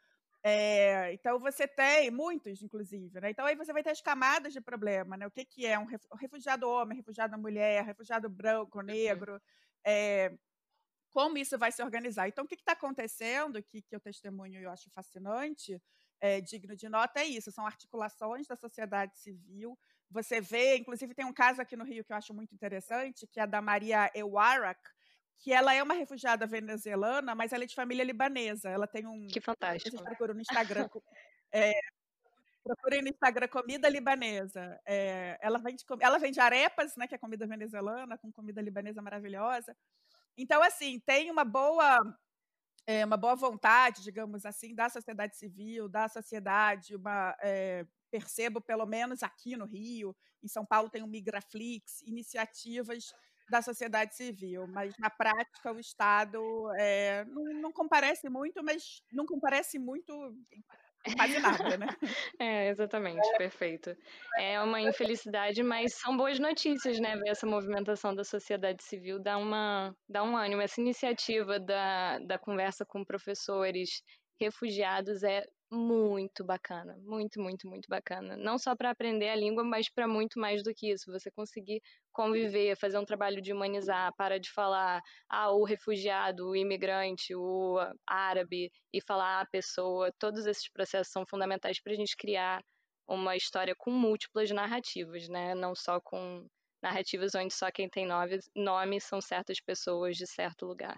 Speaker 3: É, então, você tem muitos, inclusive, né? Então, aí você vai ter as camadas de problema, né? O que, que é um refugiado homem, refugiado mulher, refugiado branco, negro, é, como isso vai se organizar. Então, o que está acontecendo, que, que eu testemunho e eu acho fascinante, é, digno de nota, é isso, são articulações da sociedade civil. Você vê, inclusive tem um caso aqui no Rio que eu acho muito interessante, que é da Maria Ewarak, que ela é uma refugiada venezuelana, mas ela é de família libanesa. Ela tem um...
Speaker 2: Que fantástico.
Speaker 3: Vocês procuram no Instagram... É, procurem no Instagram comida libanesa. É, ela, vende, ela vende arepas, né, que é comida venezuelana, com comida libanesa maravilhosa. Então, assim, tem uma boa, é, uma boa vontade, digamos assim, da sociedade civil, da sociedade, uma... É, percebo, pelo menos aqui no Rio, em São Paulo tem o Migraflix, iniciativas da sociedade civil, mas na prática o Estado é, não, não comparece muito, mas não comparece muito quase nada, né?
Speaker 2: É, exatamente, perfeito. É uma infelicidade, mas são boas notícias, né? Ver essa movimentação da sociedade civil dá, uma, dá um ânimo. Essa iniciativa da, da conversa com professores refugiados é muito bacana, muito, muito, muito bacana. Não só para aprender a língua, mas para muito mais do que isso. Você conseguir conviver, fazer um trabalho de humanizar, para de falar ah, o refugiado, o imigrante, o árabe, e falar a pessoa. Todos esses processos são fundamentais para a gente criar uma história com múltiplas narrativas, né? Não só com narrativas onde só quem tem nome, nome são certas pessoas de certo lugar.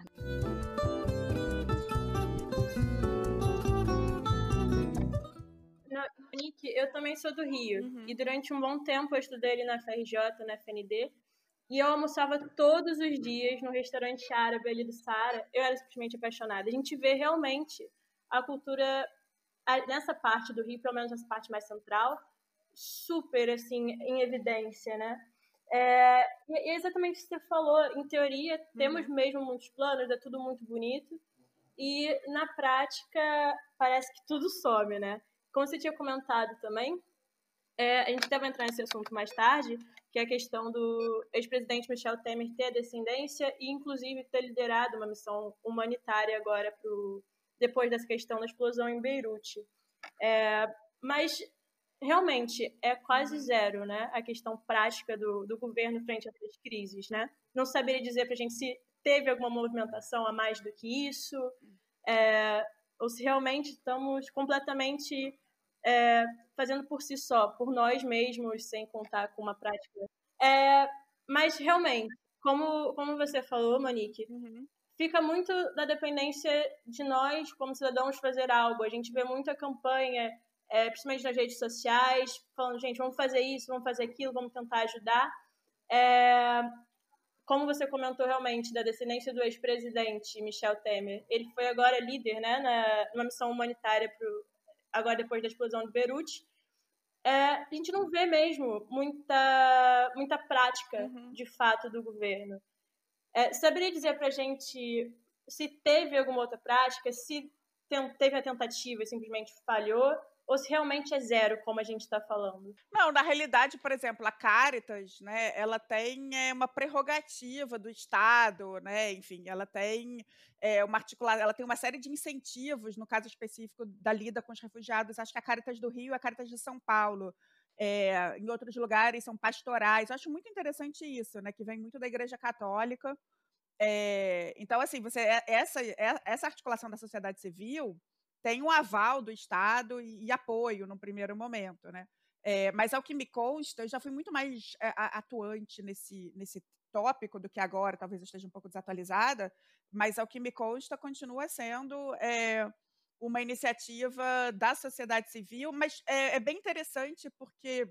Speaker 1: Nick, eu também sou do Rio, uhum. E durante um bom tempo eu estudei ali na F R J, na F N D, e eu almoçava todos os dias no restaurante árabe ali do Saara. Eu era simplesmente apaixonada. A gente vê realmente a cultura nessa parte do Rio, pelo menos nessa parte mais central, super, assim, em evidência, né? É, e é exatamente o que você falou. Em teoria, temos uhum. mesmo muitos planos, é tudo muito bonito, e na prática parece que tudo some, né? Como você tinha comentado também, É, a gente deve entrar nesse assunto mais tarde, que é a questão do ex-presidente Michel Temer ter a descendência e, inclusive, ter liderado uma missão humanitária agora pro, depois dessa questão da explosão em Beirute. É, mas, realmente, é quase zero, né, a questão prática do, do governo frente a essas crises, né? Não saberia dizer para a gente se teve alguma movimentação a mais do que isso, é, ou se realmente estamos completamente é, fazendo por si só, por nós mesmos, sem contar com uma prática. É, mas, realmente, como, como você falou, Monique,
Speaker 3: Uhum.
Speaker 1: fica muito da dependência de nós, como cidadãos, fazer algo. A gente vê muita campanha, é, principalmente nas redes sociais, falando, gente, vamos fazer isso, vamos fazer aquilo, vamos tentar ajudar. É, como você comentou realmente da descendência do ex-presidente Michel Temer, ele foi agora líder, né, na, numa missão humanitária pro, agora depois da explosão de Beirute. É, a gente não vê mesmo muita, muita prática,
Speaker 3: Uhum.
Speaker 1: de fato, do governo. É, saberia dizer pra gente se teve alguma outra prática, se tem, teve a tentativa e simplesmente falhou, ou se realmente é zero, como a gente está falando?
Speaker 3: Não, na realidade, por exemplo, a Caritas, né, ela tem é, uma prerrogativa do Estado, né, enfim, ela tem é, uma articula... ela tem uma série de incentivos, no caso específico da lida com os refugiados. Acho que a Caritas do Rio e a Caritas de São Paulo. É, em outros lugares são pastorais. Eu acho muito interessante isso, né, que vem muito da Igreja Católica. É, então, assim, você essa, essa articulação da sociedade civil tem um aval do Estado e, e apoio no primeiro momento, né? É, mas, ao que me consta, eu já fui muito mais é, atuante nesse, nesse tópico do que agora, talvez eu esteja um pouco desatualizada, mas, ao que me consta, continua sendo é, uma iniciativa da sociedade civil, mas é, é bem interessante porque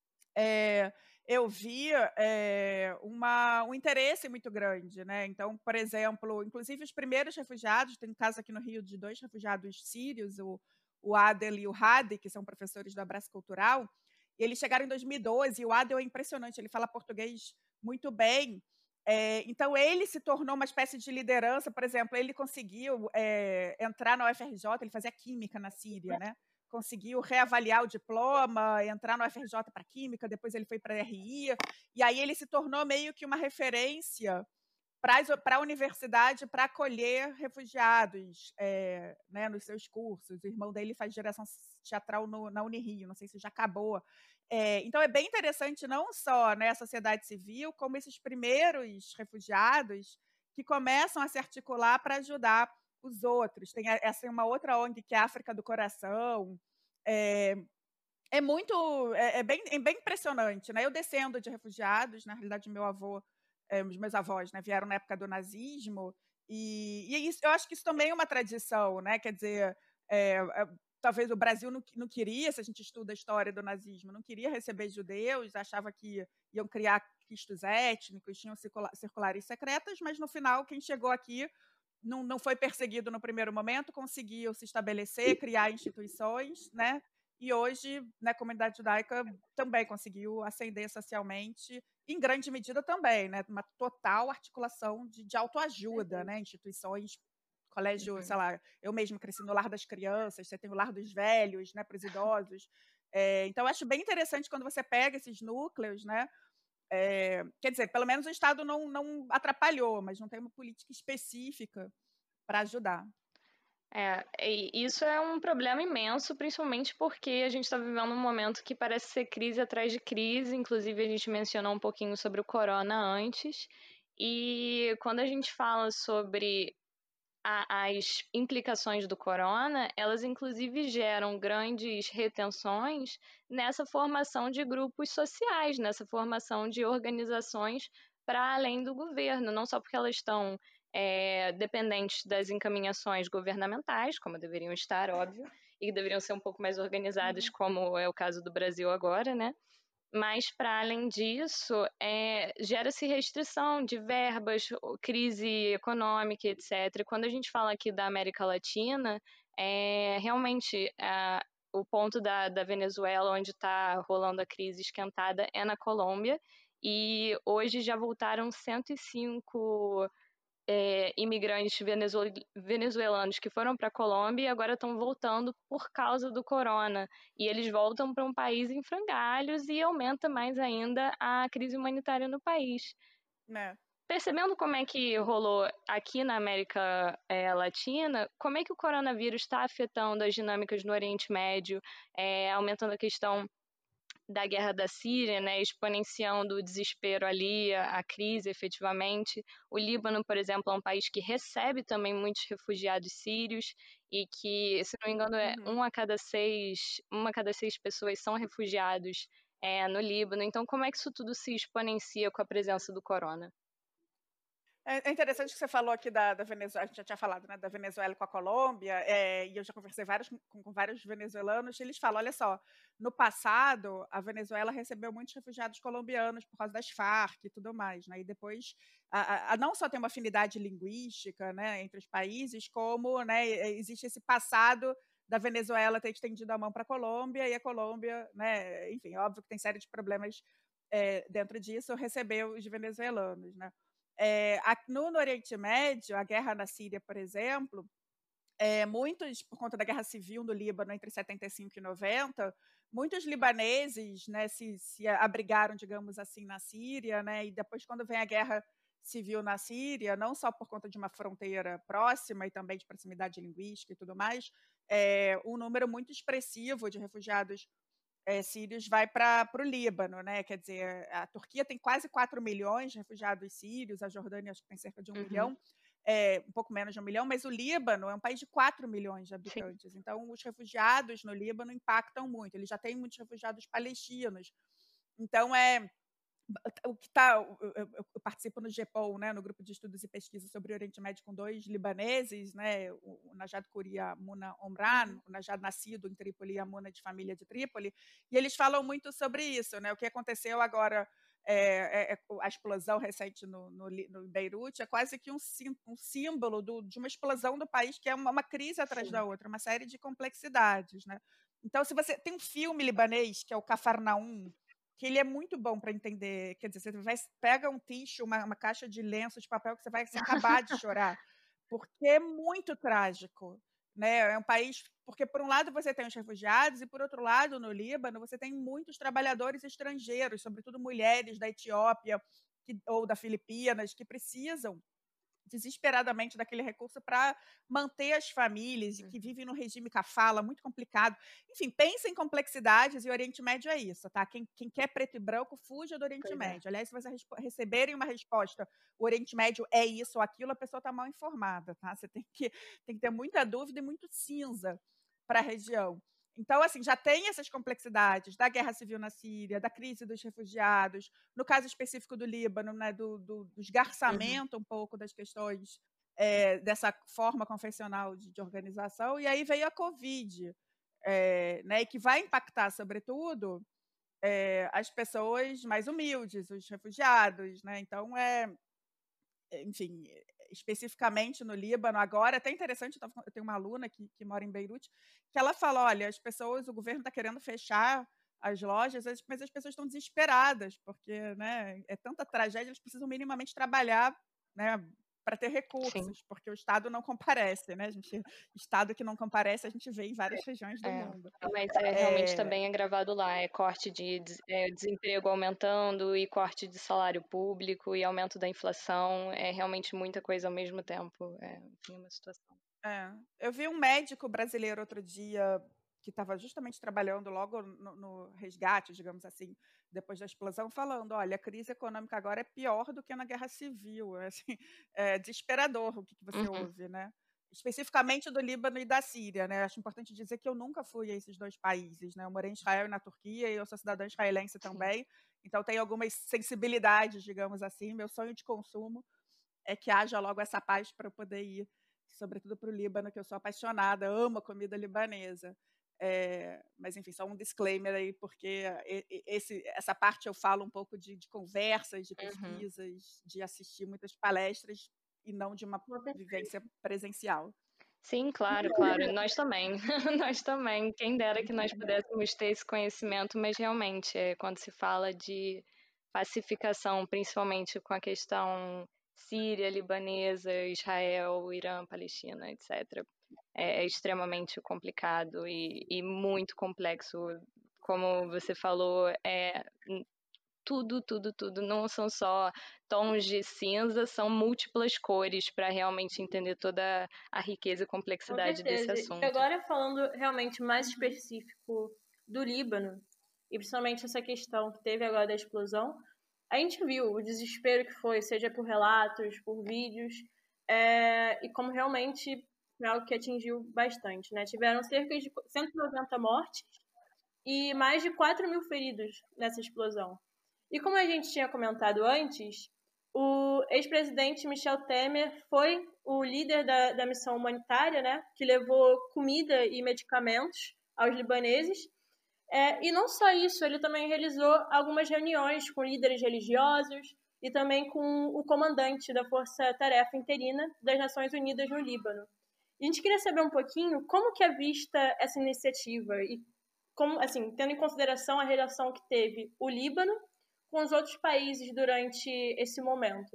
Speaker 3: é, eu vi é, uma, um interesse muito grande, né? Então, por exemplo, inclusive os primeiros refugiados, tem um caso aqui no Rio de dois refugiados sírios, o, o Adel e o Hadi, que são professores do Abraço Cultural, e eles chegaram em dois mil e doze, e o Adel é impressionante, ele fala português muito bem, é, então ele se tornou uma espécie de liderança. Por exemplo, ele conseguiu é, entrar na U F R J, ele fazia química na Síria, né? Conseguiu reavaliar o diploma, entrar no U F R J para Química, depois ele foi para a R I, e aí ele se tornou meio que uma referência para a universidade para acolher refugiados é, né, nos seus cursos. O irmão dele faz direção teatral no, na Unirio, não sei se já acabou. É, então é bem interessante não só né, a sociedade civil, como esses primeiros refugiados que começam a se articular para ajudar os outros. Tem essa uma outra O N G que é a África do Coração. É, é muito, é, é, bem, é bem impressionante, né? Eu descendo de refugiados, na realidade meu avô, é, os meus avós, né, vieram na época do nazismo, e, e isso, eu acho que isso também é uma tradição, né? Quer dizer, é, é, talvez o Brasil não, não queria, se a gente estuda a história do nazismo, não queria receber judeus, achava que iam criar quistos étnicos, tinham circulares secretas, mas no final quem chegou aqui não, não foi perseguido no primeiro momento, conseguiu se estabelecer, criar instituições, né? E hoje, né, a comunidade judaica também conseguiu ascender socialmente, em grande medida também, né? Uma total articulação de, de autoajuda, né? Instituições, colégio, uhum. sei lá, eu mesma cresci no lar das crianças, você tem o lar dos velhos, né, para os idosos. É, então, eu acho bem interessante quando você pega esses núcleos, né? É, quer dizer, pelo menos o Estado não, não atrapalhou, mas não tem uma política específica para ajudar.
Speaker 2: É, e isso é um problema imenso, principalmente porque a gente está vivendo um momento que parece ser crise atrás de crise. Inclusive, a gente mencionou um pouquinho sobre o corona antes. E quando a gente fala sobre a, as implicações do corona, elas inclusive geram grandes retenções nessa formação de grupos sociais, nessa formação de organizações para além do governo, não só porque elas estão é, dependentes das encaminhações governamentais, como deveriam estar, óbvio, e que deveriam ser um pouco mais organizadas, uhum. como é o caso do Brasil agora, né? Mas, para além disso, é, gera-se restrição de verbas, crise econômica, etcétera. E quando a gente fala aqui da América Latina, é, realmente é, o ponto da, da Venezuela, onde está rolando a crise esquentada, é na Colômbia. E hoje já voltaram cento e cinco
Speaker 4: é, imigrantes venezuel- venezuelanos que foram para a Colômbia e agora estão voltando por causa do corona. E eles voltam para um país em frangalhos e aumenta mais ainda a crise humanitária no país.
Speaker 3: Né?
Speaker 4: Percebendo como é que rolou aqui na América é, Latina, como é que o coronavírus está afetando as dinâmicas no Oriente Médio, é, aumentando a questão da guerra da Síria, né, exponenciando o desespero ali, a, a crise efetivamente. O Líbano, por exemplo, é um país que recebe também muitos refugiados sírios e que, se não me engano, é
Speaker 3: Uhum.
Speaker 4: um a cada seis, uma a cada seis pessoas são refugiados é, no Líbano. Então, como é que isso tudo se exponencia com a presença do corona?
Speaker 3: É é interessante que você falou aqui da, da Venezuela, a gente já tinha falado, né, da Venezuela com a Colômbia, é, e eu já conversei vários, com, com vários venezuelanos, e eles falam, olha só, no passado, a Venezuela recebeu muitos refugiados colombianos por causa das Farc e tudo mais, né, e depois, a, a, a não só tem uma afinidade linguística, né, entre os países, como, né, existe esse passado da Venezuela ter estendido a mão para a Colômbia, e a Colômbia, né, enfim, óbvio que tem série de problemas é, dentro disso, recebeu os venezuelanos, né. É, no, no Oriente Médio, a guerra na Síria, por exemplo, é, muitos, por conta da guerra civil no Líbano entre setenta e cinco e noventa, muitos libaneses, né, se, se abrigaram, digamos assim, na Síria, né, e depois, quando vem a guerra civil na Síria, não só por conta de uma fronteira próxima e também de proximidade linguística e tudo mais, é, um número muito expressivo de refugiados é, sírios vai para o Líbano, né? Quer dizer, a Turquia tem quase quatro milhões de refugiados sírios, a Jordânia acho que tem cerca de um
Speaker 4: Uhum.
Speaker 3: milhão, é, um pouco menos de um milhão, mas o Líbano é um país de quatro milhões de
Speaker 4: Sim.
Speaker 3: habitantes. Então, os refugiados no Líbano impactam muito. Ele já tem muitos refugiados palestinos. Então, é o que tá, eu, eu- eu participo no GEPOL, né, no grupo de estudos e pesquisa sobre o Oriente Médio com dois libaneses, né, o, o Najad Kuri e a Muna Omran,
Speaker 1: Uhum.
Speaker 3: o Najad nascido em Trípoli e a Muna de família de Trípoli, e eles falam muito sobre isso, né, o que aconteceu agora, é, é, é, a explosão recente no, no, Li- no Beirute é quase que um, sim- um símbolo do- de uma explosão do país, que é uma, uma crise atrás
Speaker 4: Sim.
Speaker 3: da outra, uma série de complexidades, né. Então, se você tem um filme libanês que é o Cafarnaum, que ele é muito bom para entender. Quer dizer, você vai, pega um tixo, uma, uma caixa de lenço de papel que você vai se acabar de chorar, porque é muito trágico, né? É um país porque por um lado você tem os refugiados e por outro lado no Líbano você tem muitos trabalhadores estrangeiros, sobretudo mulheres da Etiópia que, ou da Filipinas que precisam desesperadamente daquele recurso para manter as famílias e que
Speaker 4: Uhum.
Speaker 3: vivem no regime kafala, muito complicado. Enfim, pensa em complexidades e o Oriente Médio é isso, tá? Quem, quem quer preto e branco, fuja do Oriente
Speaker 4: Pois é.
Speaker 3: Médio. Aliás, se vocês receberem uma resposta, o Oriente Médio é isso ou aquilo, a pessoa está mal informada, tá? Você tem que, tem que ter muita dúvida e muito cinza para a região. Então, assim, já tem essas complexidades da guerra civil na Síria, da crise dos refugiados, no caso específico do Líbano, né, do, do, do
Speaker 4: Uhum.
Speaker 3: esgarçamento um pouco das questões é, dessa forma confessional de, de organização, e aí veio a Covid, é, né, que vai impactar, sobretudo, é, as pessoas mais humildes, os refugiados. Né? Então, é, enfim, especificamente no Líbano, agora, é até interessante, eu, tava, eu tenho uma aluna que, que mora em Beirute, que ela fala, olha, as pessoas, o governo está querendo fechar as lojas, mas as pessoas estão desesperadas, porque né, é tanta tragédia, eles precisam minimamente trabalhar né, para ter
Speaker 4: Sim.
Speaker 3: recursos, porque o Estado não comparece, né? A gente, Estado que não comparece, a gente vê em várias regiões do
Speaker 4: É,
Speaker 3: mundo.
Speaker 4: mas é, realmente está
Speaker 3: É,
Speaker 4: bem agravado lá. É corte de des- é, desemprego aumentando e corte de salário público e aumento da inflação. É realmente muita coisa ao mesmo tempo. É, enfim, uma situação.
Speaker 3: É. Eu vi um médico brasileiro outro dia que estava justamente trabalhando logo no, no resgate, digamos assim, depois da explosão, falando: olha, a crise econômica agora é pior do que na Guerra Civil. É, assim, é desesperador o que, que você
Speaker 4: Uhum.
Speaker 3: ouve, né? Especificamente do Líbano e da Síria, né? Acho importante dizer que eu nunca fui a esses dois países, né? Eu morei em Israel e na Turquia e eu sou cidadã israelense
Speaker 4: Sim.
Speaker 3: também, então tenho algumas sensibilidades, digamos assim. Meu sonho de consumo é que haja logo essa paz para eu poder ir, sobretudo para o Líbano, que eu sou apaixonada, amo a comida libanesa. É, mas, enfim, só um disclaimer aí, porque esse, essa parte eu falo um pouco de, de conversas, de
Speaker 4: Uhum.
Speaker 3: pesquisas, de assistir muitas palestras e não de uma vivência presencial.
Speaker 4: Sim, claro, claro. E nós também. Nós também. Quem dera que nós pudéssemos ter esse conhecimento, mas realmente, é, quando se fala de pacificação, principalmente com a questão Síria, libanesa, Israel, Irã, Palestina, etcétera. É, é extremamente complicado e, e muito complexo. Como você falou, é tudo, tudo, tudo. Não são só tons de cinza, são múltiplas cores para realmente entender toda a riqueza e
Speaker 1: Com
Speaker 4: complexidade desse
Speaker 1: certeza. E
Speaker 4: assunto.
Speaker 1: agora falando realmente mais específico do Líbano, e principalmente essa questão que teve agora da explosão, a gente viu o desespero que foi, seja por relatos, por vídeos, é, e como realmente foi algo que atingiu bastante, né? Tiveram cerca de cento e noventa mortes e mais de quatro mil feridos nessa explosão. E como a gente tinha comentado antes, o ex-presidente Michel Temer foi o líder da, da missão humanitária, né, que levou comida e medicamentos aos libaneses. É, e não só isso, ele também realizou algumas reuniões com líderes religiosos e também com o comandante da Força Tarefa Interina das Nações Unidas no Líbano. E a gente queria saber um pouquinho como que é vista essa iniciativa e como, assim, tendo em consideração a relação que teve o Líbano com os outros países durante esse momento.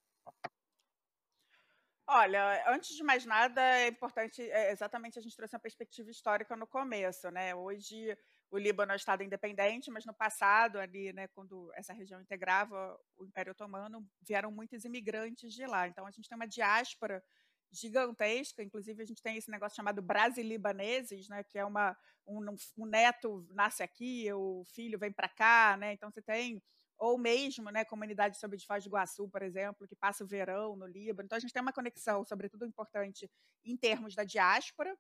Speaker 3: Olha, antes de mais nada, é importante, é, exatamente, a gente trouxe uma perspectiva histórica no começo, né? Hoje o Líbano é um estado independente, mas no passado, ali, né, quando essa região integrava o Império Otomano, vieram muitos imigrantes de lá. Então a gente tem uma diáspora gigantesca, inclusive a gente tem esse negócio chamado brasilibaneses, né, que é uma um, um neto nasce aqui, o filho vem para cá, né? Então você tem ou mesmo, né, comunidade sobre de Foz do Iguaçu, por exemplo, que passa o verão no Líbano. Então a gente tem uma conexão, sobretudo importante em termos da diáspora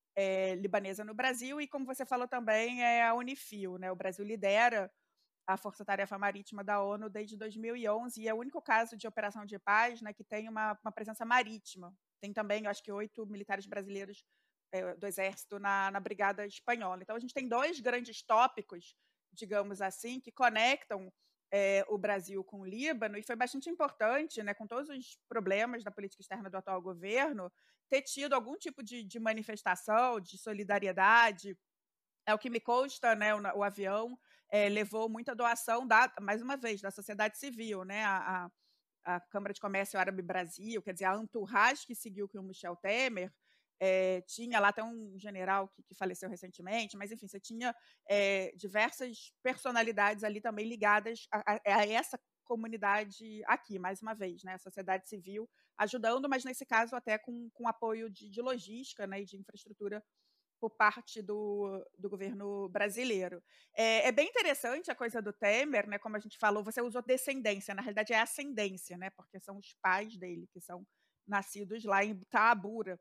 Speaker 3: é, libanesa no Brasil e, como você falou também, é a Unifil, né? O Brasil lidera a Força Tarefa Marítima da ONU desde dois mil e onze e é o único caso de operação de paz, né, que tem uma, uma presença marítima. Tem também, eu acho que oito militares brasileiros é, do Exército na, na Brigada Espanhola. Então a gente tem dois grandes tópicos, digamos assim, que conectam é, o Brasil com o Líbano, e foi bastante importante, né, com todos os problemas da política externa do atual governo, ter tido algum tipo de, de manifestação, de solidariedade. É o que me consta, né, o, o avião é, levou muita doação, da, mais uma vez, da sociedade civil, né, a, a, a Câmara de Comércio Árabe Brasil, quer dizer, a entourage que seguiu com o Michel Temer, é, tinha lá até um general que, que faleceu recentemente, mas enfim, você tinha é, diversas personalidades ali também ligadas a, a, a essa comunidade aqui, mais uma vez, né, a sociedade civil ajudando, mas nesse caso até com, com apoio de, de logística, né, e de infraestrutura por parte do, do governo brasileiro. É, é bem interessante a coisa do Temer, né, como a gente falou, você usou descendência, na realidade é ascendência, né, porque são os pais dele que são nascidos lá em Taabura.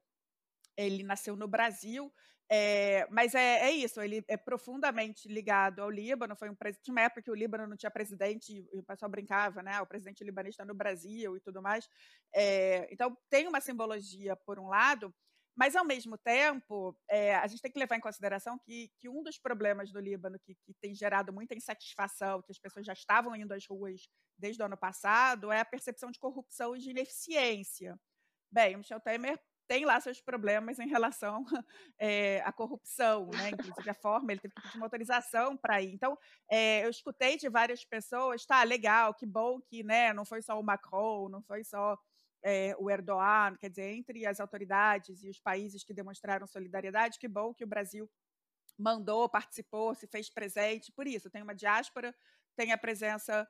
Speaker 3: Ele nasceu no Brasil, é, mas é, é isso, ele é profundamente ligado ao Líbano, foi um presidente, uma época que o Líbano não tinha presidente, e o pessoal brincava, né, o presidente libanês está no Brasil e tudo mais, é, então tem uma simbologia por um lado, mas ao mesmo tempo, é, a gente tem que levar em consideração que, que um dos problemas do Líbano que, que tem gerado muita insatisfação, que as pessoas já estavam indo às ruas desde o ano passado, é a percepção de corrupção e de ineficiência. Bem, o Michel Temer tem lá seus problemas em relação é, à corrupção, né? Inclusive a forma, ele teve que pedir uma autorização para ir. Então, é, eu escutei de várias pessoas, tá, legal, que bom que, né, não foi só o Macron, não foi só é, o Erdogan, quer dizer, entre as autoridades e os países que demonstraram solidariedade, que bom que o Brasil mandou, participou, se fez presente, por isso, tem uma diáspora, tem a presença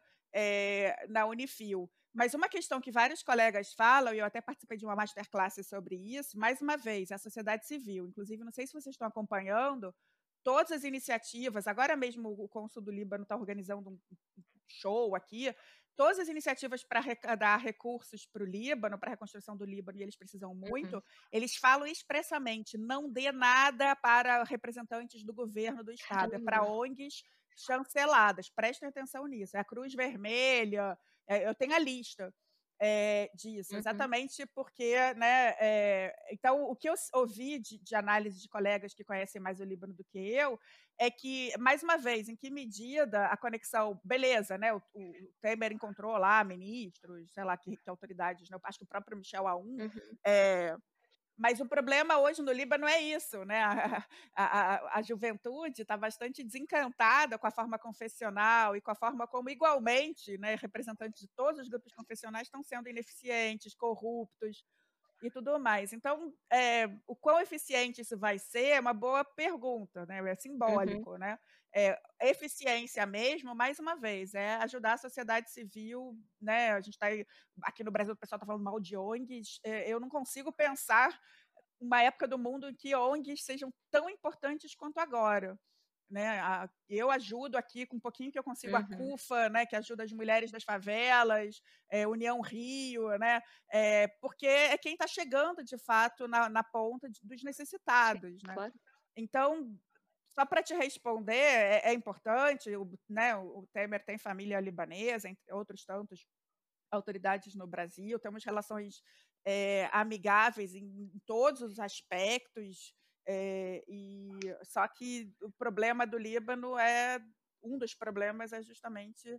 Speaker 3: é, na Unifil. Mas uma questão que vários colegas falam, e eu até participei de uma masterclass sobre isso, mais uma vez, a sociedade civil. Inclusive, não sei se vocês estão acompanhando, todas as iniciativas, agora mesmo o Cônsul do Líbano está organizando um show aqui, todas as iniciativas para arrecadar recursos para o Líbano, para a reconstrução do Líbano, e eles precisam muito, uhum. Eles falam expressamente, não dê nada para representantes do governo do Estado, uhum. É para O N Gs chanceladas, prestem atenção nisso, é a Cruz Vermelha, é, eu tenho a lista é, disso, uhum. Exatamente porque, né, é, então o que eu ouvi de, de análise de colegas que conhecem mais o Líbano do que eu, é que, mais uma vez, em que medida a conexão, beleza, né, o, o Temer encontrou lá ministros, sei lá, que, que autoridades, né, eu acho que o próprio Michel Aoun, uhum. é, Mas o problema hoje no Líbano é isso, né? A, a, a, a juventude está bastante desencantada com a forma confessional e com a forma como, igualmente, né, representantes de todos os grupos confessionais estão sendo ineficientes, corruptos e tudo mais. Então, é, o quão eficiente isso vai ser é uma boa pergunta, né? É
Speaker 4: Uhum.
Speaker 3: simbólico, né? É, eficiência mesmo, mais uma vez, é ajudar a sociedade civil, né? A gente está aqui no Brasil, o pessoal está falando mal de O N Gs. É, eu não consigo pensar uma época do mundo em que O N Gs sejam tão importantes quanto agora. Né? A, eu ajudo aqui com um pouquinho que eu consigo a
Speaker 4: Uhum.
Speaker 3: CUFA, né, que ajuda as mulheres das favelas, é, União Rio, né, é, porque é quem está chegando de fato na, na ponta de, dos
Speaker 4: Sim,
Speaker 3: necessitados. Né?
Speaker 4: claro.
Speaker 3: Então, só para te responder, é, é importante, o, né, o Temer tem família libanesa, entre outros tantos autoridades no Brasil, temos relações é, amigáveis em, em todos os aspectos, é, e só que o problema do Líbano é um dos problemas é justamente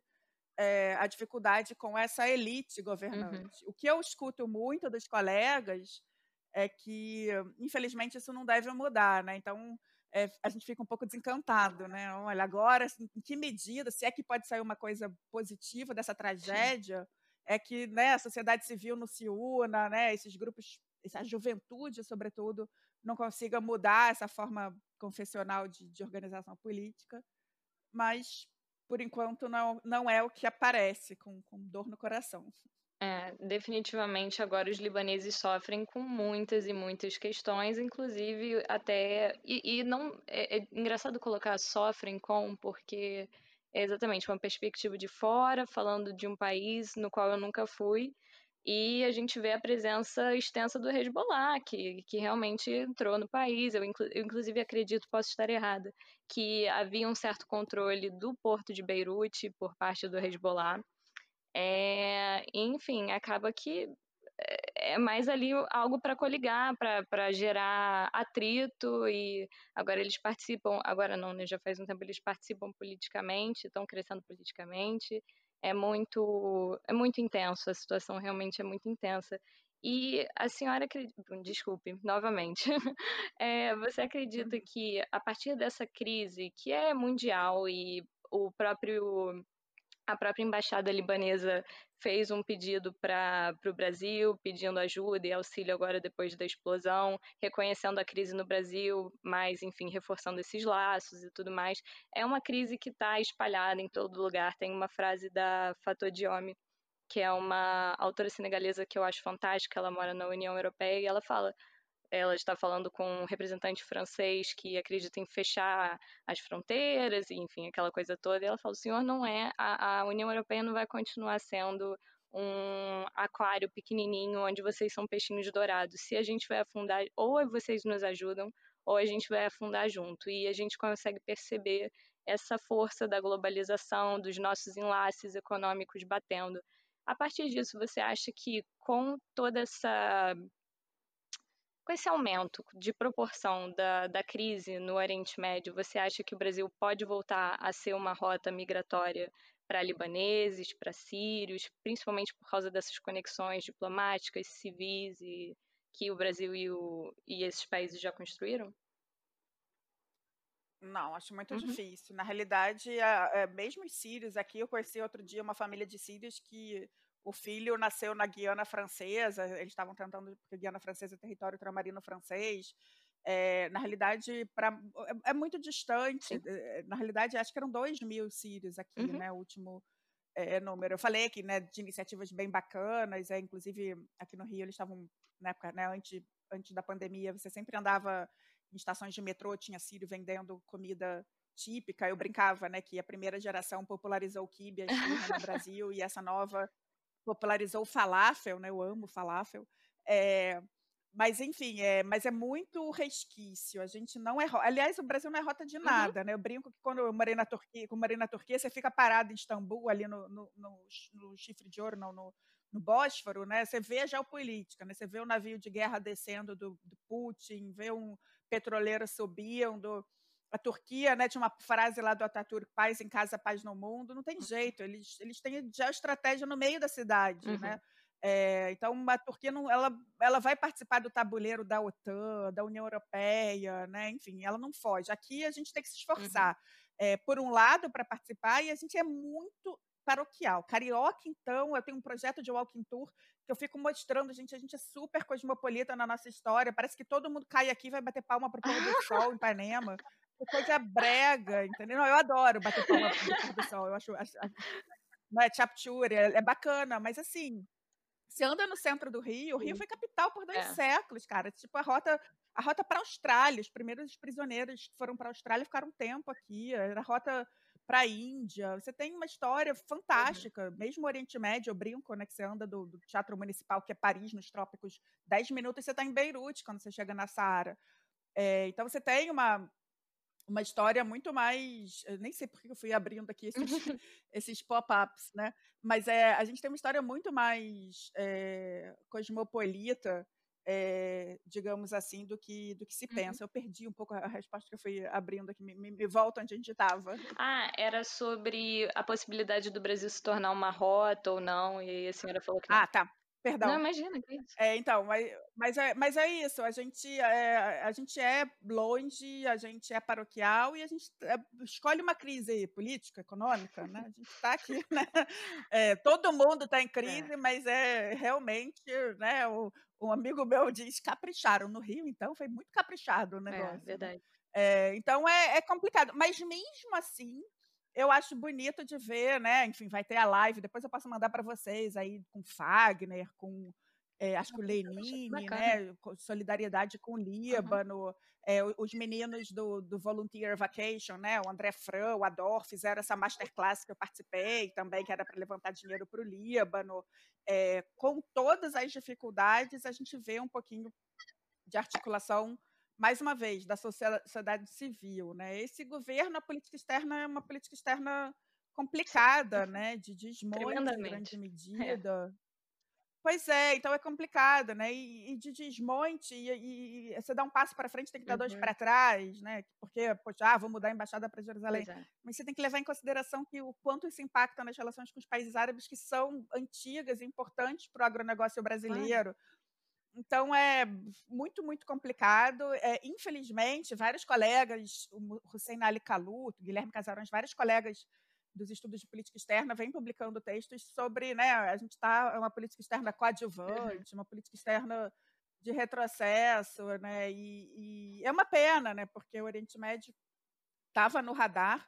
Speaker 3: é, a dificuldade com essa elite
Speaker 4: Uhum.
Speaker 3: governante. O que eu escuto muito dos colegas é que, infelizmente, isso não deve mudar, né? Então, é, a gente fica um pouco desencantado, né? Olha, agora, assim, em que medida, se é que pode sair uma coisa positiva dessa
Speaker 4: Sim.
Speaker 3: tragédia, é que, né, a sociedade civil não se una, né? Esses grupos, essa juventude, sobretudo, não consiga mudar essa forma confessional de, de organização política, mas, por enquanto, não, não é o que aparece, com, com dor no coração.
Speaker 4: É, definitivamente agora os libaneses sofrem com muitas e muitas questões, inclusive até. E, e não. É, é engraçado colocar sofrem com, porque é exatamente uma perspectiva de fora, falando de um país no qual eu nunca fui, e a gente vê a presença extensa do Hezbollah, que, que realmente entrou no país. Eu, inclu, eu, inclusive, acredito, posso estar errada, que havia um certo controle do porto de Beirute por parte do Hezbollah. É, enfim, acaba que é mais ali algo para coligar, para gerar atrito, e agora eles participam, agora não, né, já faz um tempo eles participam politicamente, estão crescendo politicamente, é muito, é muito intenso, a situação realmente é muito intensa. E a senhora acredita, desculpe, novamente, é, você acredita que a partir dessa crise, que é mundial e o próprio a própria embaixada libanesa fez um pedido para o Brasil, pedindo ajuda e auxílio agora depois da explosão, reconhecendo a crise no Brasil, mas, enfim, reforçando esses laços e tudo mais. É uma crise que está espalhada em todo lugar. Tem uma frase da Fatou Diome, que é uma autora senegalesa que eu acho fantástica, ela mora na União Europeia, e ela fala: ela está falando com um representante francês que acredita em fechar as fronteiras, e, enfim, aquela coisa toda. E ela fala: o senhor não é, a, a União Europeia não vai continuar sendo um aquário pequenininho onde vocês são peixinhos dourados. Se a gente vai afundar, ou vocês nos ajudam, ou a gente vai afundar junto. E a gente consegue perceber essa força da globalização, dos nossos enlaces econômicos batendo. A partir disso, você acha que com toda essa com esse aumento de proporção da, da crise no Oriente Médio, você acha que o Brasil pode voltar a ser uma rota migratória para libaneses, para sírios, principalmente por causa dessas conexões diplomáticas, civis e que o Brasil e, o, e esses países já construíram?
Speaker 3: Não, acho muito
Speaker 4: Uhum.
Speaker 3: difícil. Na realidade, a, é, mesmo os sírios, aqui eu conheci outro dia uma família de sírios que o filho nasceu na Guiana Francesa, eles estavam tentando, porque Guiana Francesa é território ultramarino francês. É, na realidade, pra, é, é muito distante.
Speaker 4: Sim.
Speaker 3: É, na realidade, acho que eram dois mil sírios aqui,
Speaker 4: Uhum.
Speaker 3: né? O último é, número. Eu falei aqui, né, de iniciativas bem bacanas, é, inclusive aqui no Rio eles estavam, na época, né, antes, antes da pandemia, você sempre andava em estações de metrô, tinha sírio vendendo comida típica. Eu brincava, né, que a primeira geração popularizou o quibe, a esfirra no Brasil, e essa nova popularizou o falafel, né? Eu amo falafel. É, mas, enfim, é, mas é muito resquício. A gente não é. Aliás, o Brasil não é rota de
Speaker 4: Uhum.
Speaker 3: nada, né? Eu brinco que quando eu morei na Turquia, quando eu morei na Turquia, você fica parado em Istambul, ali no, no, no, no chifre de ouro, não, no, no Bósforo, né? Você vê a geopolítica, né? Você vê o navio de guerra descendo do, do Putin, vê um petroleiro subindo. A Turquia, né, tinha uma frase lá do Atatürk: paz em casa, paz no mundo. Não tem jeito, eles, eles têm geoestratégia no meio da cidade,
Speaker 4: Uhum.
Speaker 3: né? É, então, a Turquia não, ela, ela vai participar do tabuleiro da OTAN, da União Europeia, né? Enfim, ela não foge. Aqui a gente tem que se esforçar, uhum. é, por um lado, para participar, e a gente é muito paroquial. Carioca, então, eu tenho um projeto de walking tour que eu fico mostrando, gente, a gente é super cosmopolita na nossa história, parece que todo mundo cai aqui e vai bater palma para o pôr do sol em Ipanema. Que coisa brega, entendeu? Não, eu adoro bater palma do pôr do sol, eu acho, acho, acho não é chapchura, é, é bacana, mas assim, você anda no centro do Rio, o Rio foi capital por dois
Speaker 4: É.
Speaker 3: séculos, cara. Tipo, a rota, a rota para a Austrália, os primeiros prisioneiros que foram para a Austrália ficaram um tempo aqui, era a rota para a Índia. Você tem uma história fantástica, uhum. Mesmo o Oriente Médio, eu brinco, né, que você anda do, do Teatro Municipal, que é Paris, nos trópicos, dez minutos você está em Beirute, quando você chega na Saara. É, então, você tem uma... uma história muito mais... Eu nem sei por que eu fui abrindo aqui esses, esses pop-ups, né? Mas é, a gente tem uma história muito mais é, cosmopolita, é, digamos assim, do que, do que se pensa. Uhum. Eu perdi um pouco a resposta que eu fui abrindo aqui. Me, me, me volta onde a gente estava.
Speaker 4: Ah, era sobre a possibilidade do Brasil se tornar uma rota ou não, e aí a senhora falou que não.
Speaker 3: Ah, tá. Perdão.
Speaker 4: Não, imagina, que isso.
Speaker 3: É, então, mas, mas, é, mas é isso, a gente é, a gente é longe, a gente é paroquial e a gente é, escolhe uma crise política, econômica, né? A gente está aqui, né? É, todo mundo está em crise, é. Mas é realmente, né? O, um amigo meu diz, capricharam no Rio, então foi muito caprichado o negócio.
Speaker 4: É, verdade.
Speaker 3: Né? É, então é, é complicado, mas mesmo assim, eu acho bonito de ver, né? Enfim, vai ter a live, depois eu posso mandar para vocês aí com Fagner, com é, acho que o Lenine, né? Solidariedade com o Líbano, uhum. é, os meninos do, do Volunteer Vacation, né? O André Fran, o Ador fizeram essa masterclass que eu participei também, que era para levantar dinheiro para o Líbano. É, com todas as dificuldades, a gente vê um pouquinho de articulação, mais uma vez, da sociedade civil, né? Esse governo, a política externa é uma política externa complicada, né? De desmonte em grande medida. É. Pois é, então é complicado, né? E, e de desmonte, e, e, você dá um passo para frente, tem que dar uhum. dois para trás, né? Porque, poxa, ah, vou mudar a embaixada para Jerusalém. É. Mas você tem que levar em consideração que o quanto isso impacta nas relações com os países árabes, que são antigas e importantes para o agronegócio brasileiro. Claro. Então, é muito, muito complicado. É, infelizmente, vários colegas, o Hussein Ali Kalut, o Guilherme Casarões, vários colegas dos estudos de política externa vêm publicando textos sobre, né, a gente está, é uma política externa coadjuvante, uhum. uma política externa de retrocesso, né, e, e é uma pena, né, porque o Oriente Médio estava no radar,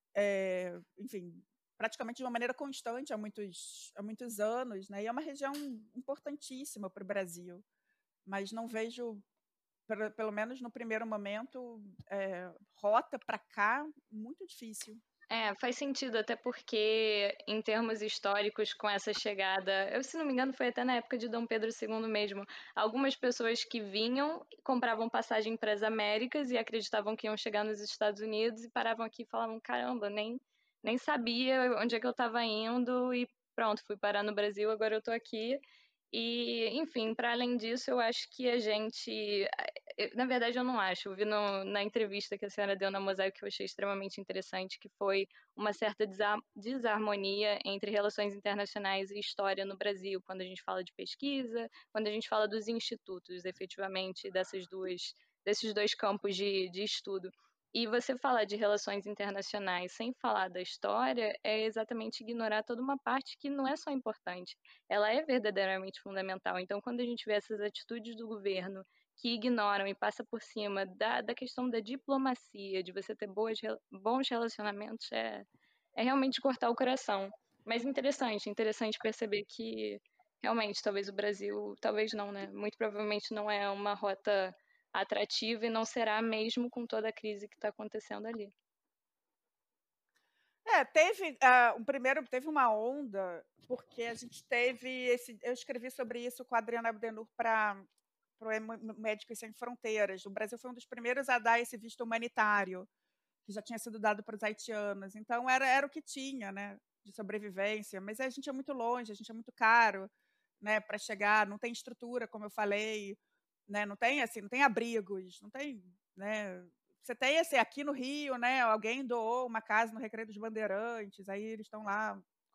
Speaker 3: é, enfim, praticamente de uma maneira constante há muitos, há muitos anos, né, e é uma região importantíssima para o Brasil, mas não vejo, pelo, pelo menos no primeiro momento, é, rota para cá muito difícil.
Speaker 4: É, faz sentido, até porque, em termos históricos, com essa chegada, eu, se não me engano, foi até na época de Dom Pedro segundo mesmo, algumas pessoas que vinham, compravam passagem para as Américas e acreditavam que iam chegar nos Estados Unidos e paravam aqui e falavam, caramba, nem, nem sabia onde é que eu estava indo e pronto, fui parar no Brasil, agora eu estou aqui. E, enfim, para além disso, eu acho que a gente... Na verdade, eu não acho. Eu vi no, na entrevista que a senhora deu na Mosaico que eu achei extremamente interessante, que foi uma certa desarmonia entre relações internacionais e história no Brasil, quando a gente fala de pesquisa, quando a gente fala dos institutos, efetivamente, dessas duas, desses dois campos de, de estudo. E você falar de relações internacionais sem falar da história é exatamente ignorar toda uma parte que não é só importante, ela é verdadeiramente fundamental. Então, quando a gente vê essas atitudes do governo que ignoram e passa por cima da, da questão da diplomacia, de você ter boas, bons relacionamentos, é, é realmente cortar o coração. Mas interessante, interessante perceber que realmente talvez o Brasil, talvez não, né? Muito provavelmente não é uma rota atrativa e não será mesmo com toda a crise que está acontecendo ali.
Speaker 3: É, teve uh, um primeiro, teve uma onda, porque a gente teve esse, eu escrevi sobre isso com a Adriana Abdenur para o Médicos Sem Fronteiras. O Brasil foi um dos primeiros a dar esse visto humanitário, que já tinha sido dado para os haitianos. Então, era, era o que tinha, né, de sobrevivência. Mas a gente é muito longe, a gente é muito caro, né, para chegar, não tem estrutura, como eu falei, né, não tem assim, não tem abrigos, não tem, né, você tem esse aqui no Rio, né, alguém doou uma casa no Recreio dos Bandeirantes, aí eles estão lá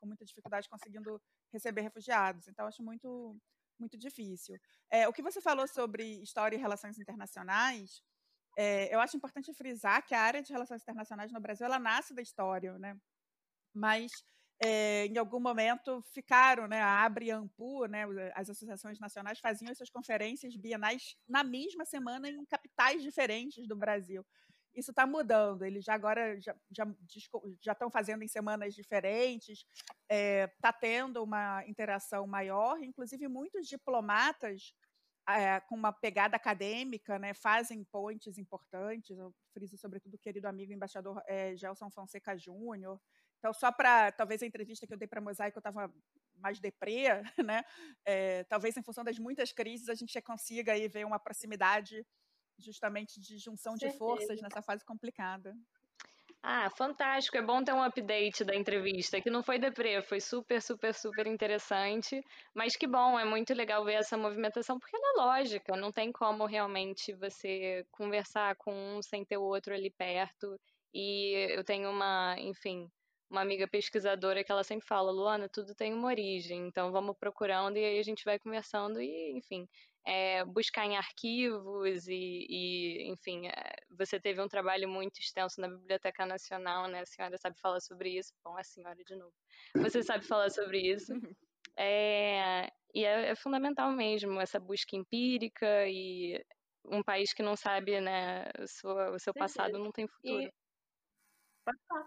Speaker 3: com muita dificuldade conseguindo receber refugiados. Então, acho muito, muito difícil. É, o que você falou sobre história e relações internacionais, é, eu acho importante frisar que a área de relações internacionais no Brasil, ela nasce da história, né? Mas, é, em algum momento, ficaram, né, a ABRE e a ANPU, né, as associações nacionais, faziam essas conferências bienais na mesma semana em capitais diferentes do Brasil. Isso está mudando, eles já agora já, já, já estão fazendo em semanas diferentes, está é, tendo uma interação maior, inclusive muitos diplomatas é, com uma pegada acadêmica, né, fazem pontes importantes, eu friso sobretudo o querido amigo embaixador é, Gelson Fonseca Júnior. Então, só para, talvez a entrevista que eu dei para a Mosaico, eu estava mais deprê, né? É, talvez em função das muitas crises, a gente consiga aí ver uma proximidade justamente de junção de forças nessa fase complicada.
Speaker 4: Ah, fantástico. É bom ter um update da entrevista, que não foi deprê, foi super, super, super interessante. Mas que bom, é muito legal ver essa movimentação, porque ela é lógica, não tem como realmente você conversar com um sem ter o outro ali perto. E eu tenho uma, enfim, uma amiga pesquisadora que ela sempre fala, Luana, tudo tem uma origem, então vamos procurando e aí a gente vai conversando e, enfim, é, buscar em arquivos e, e enfim, é, você teve um trabalho muito extenso na Biblioteca Nacional, né? A senhora sabe falar sobre isso? Bom, a senhora de novo. Você sabe falar sobre isso? É, e é, é fundamental mesmo essa busca empírica e um país que não sabe, né, o seu, o seu passado não tem futuro.
Speaker 1: E... Pode falar.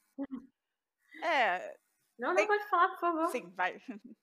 Speaker 3: É.
Speaker 1: Não, não tem... pode falar, por favor.
Speaker 3: Sim, vai.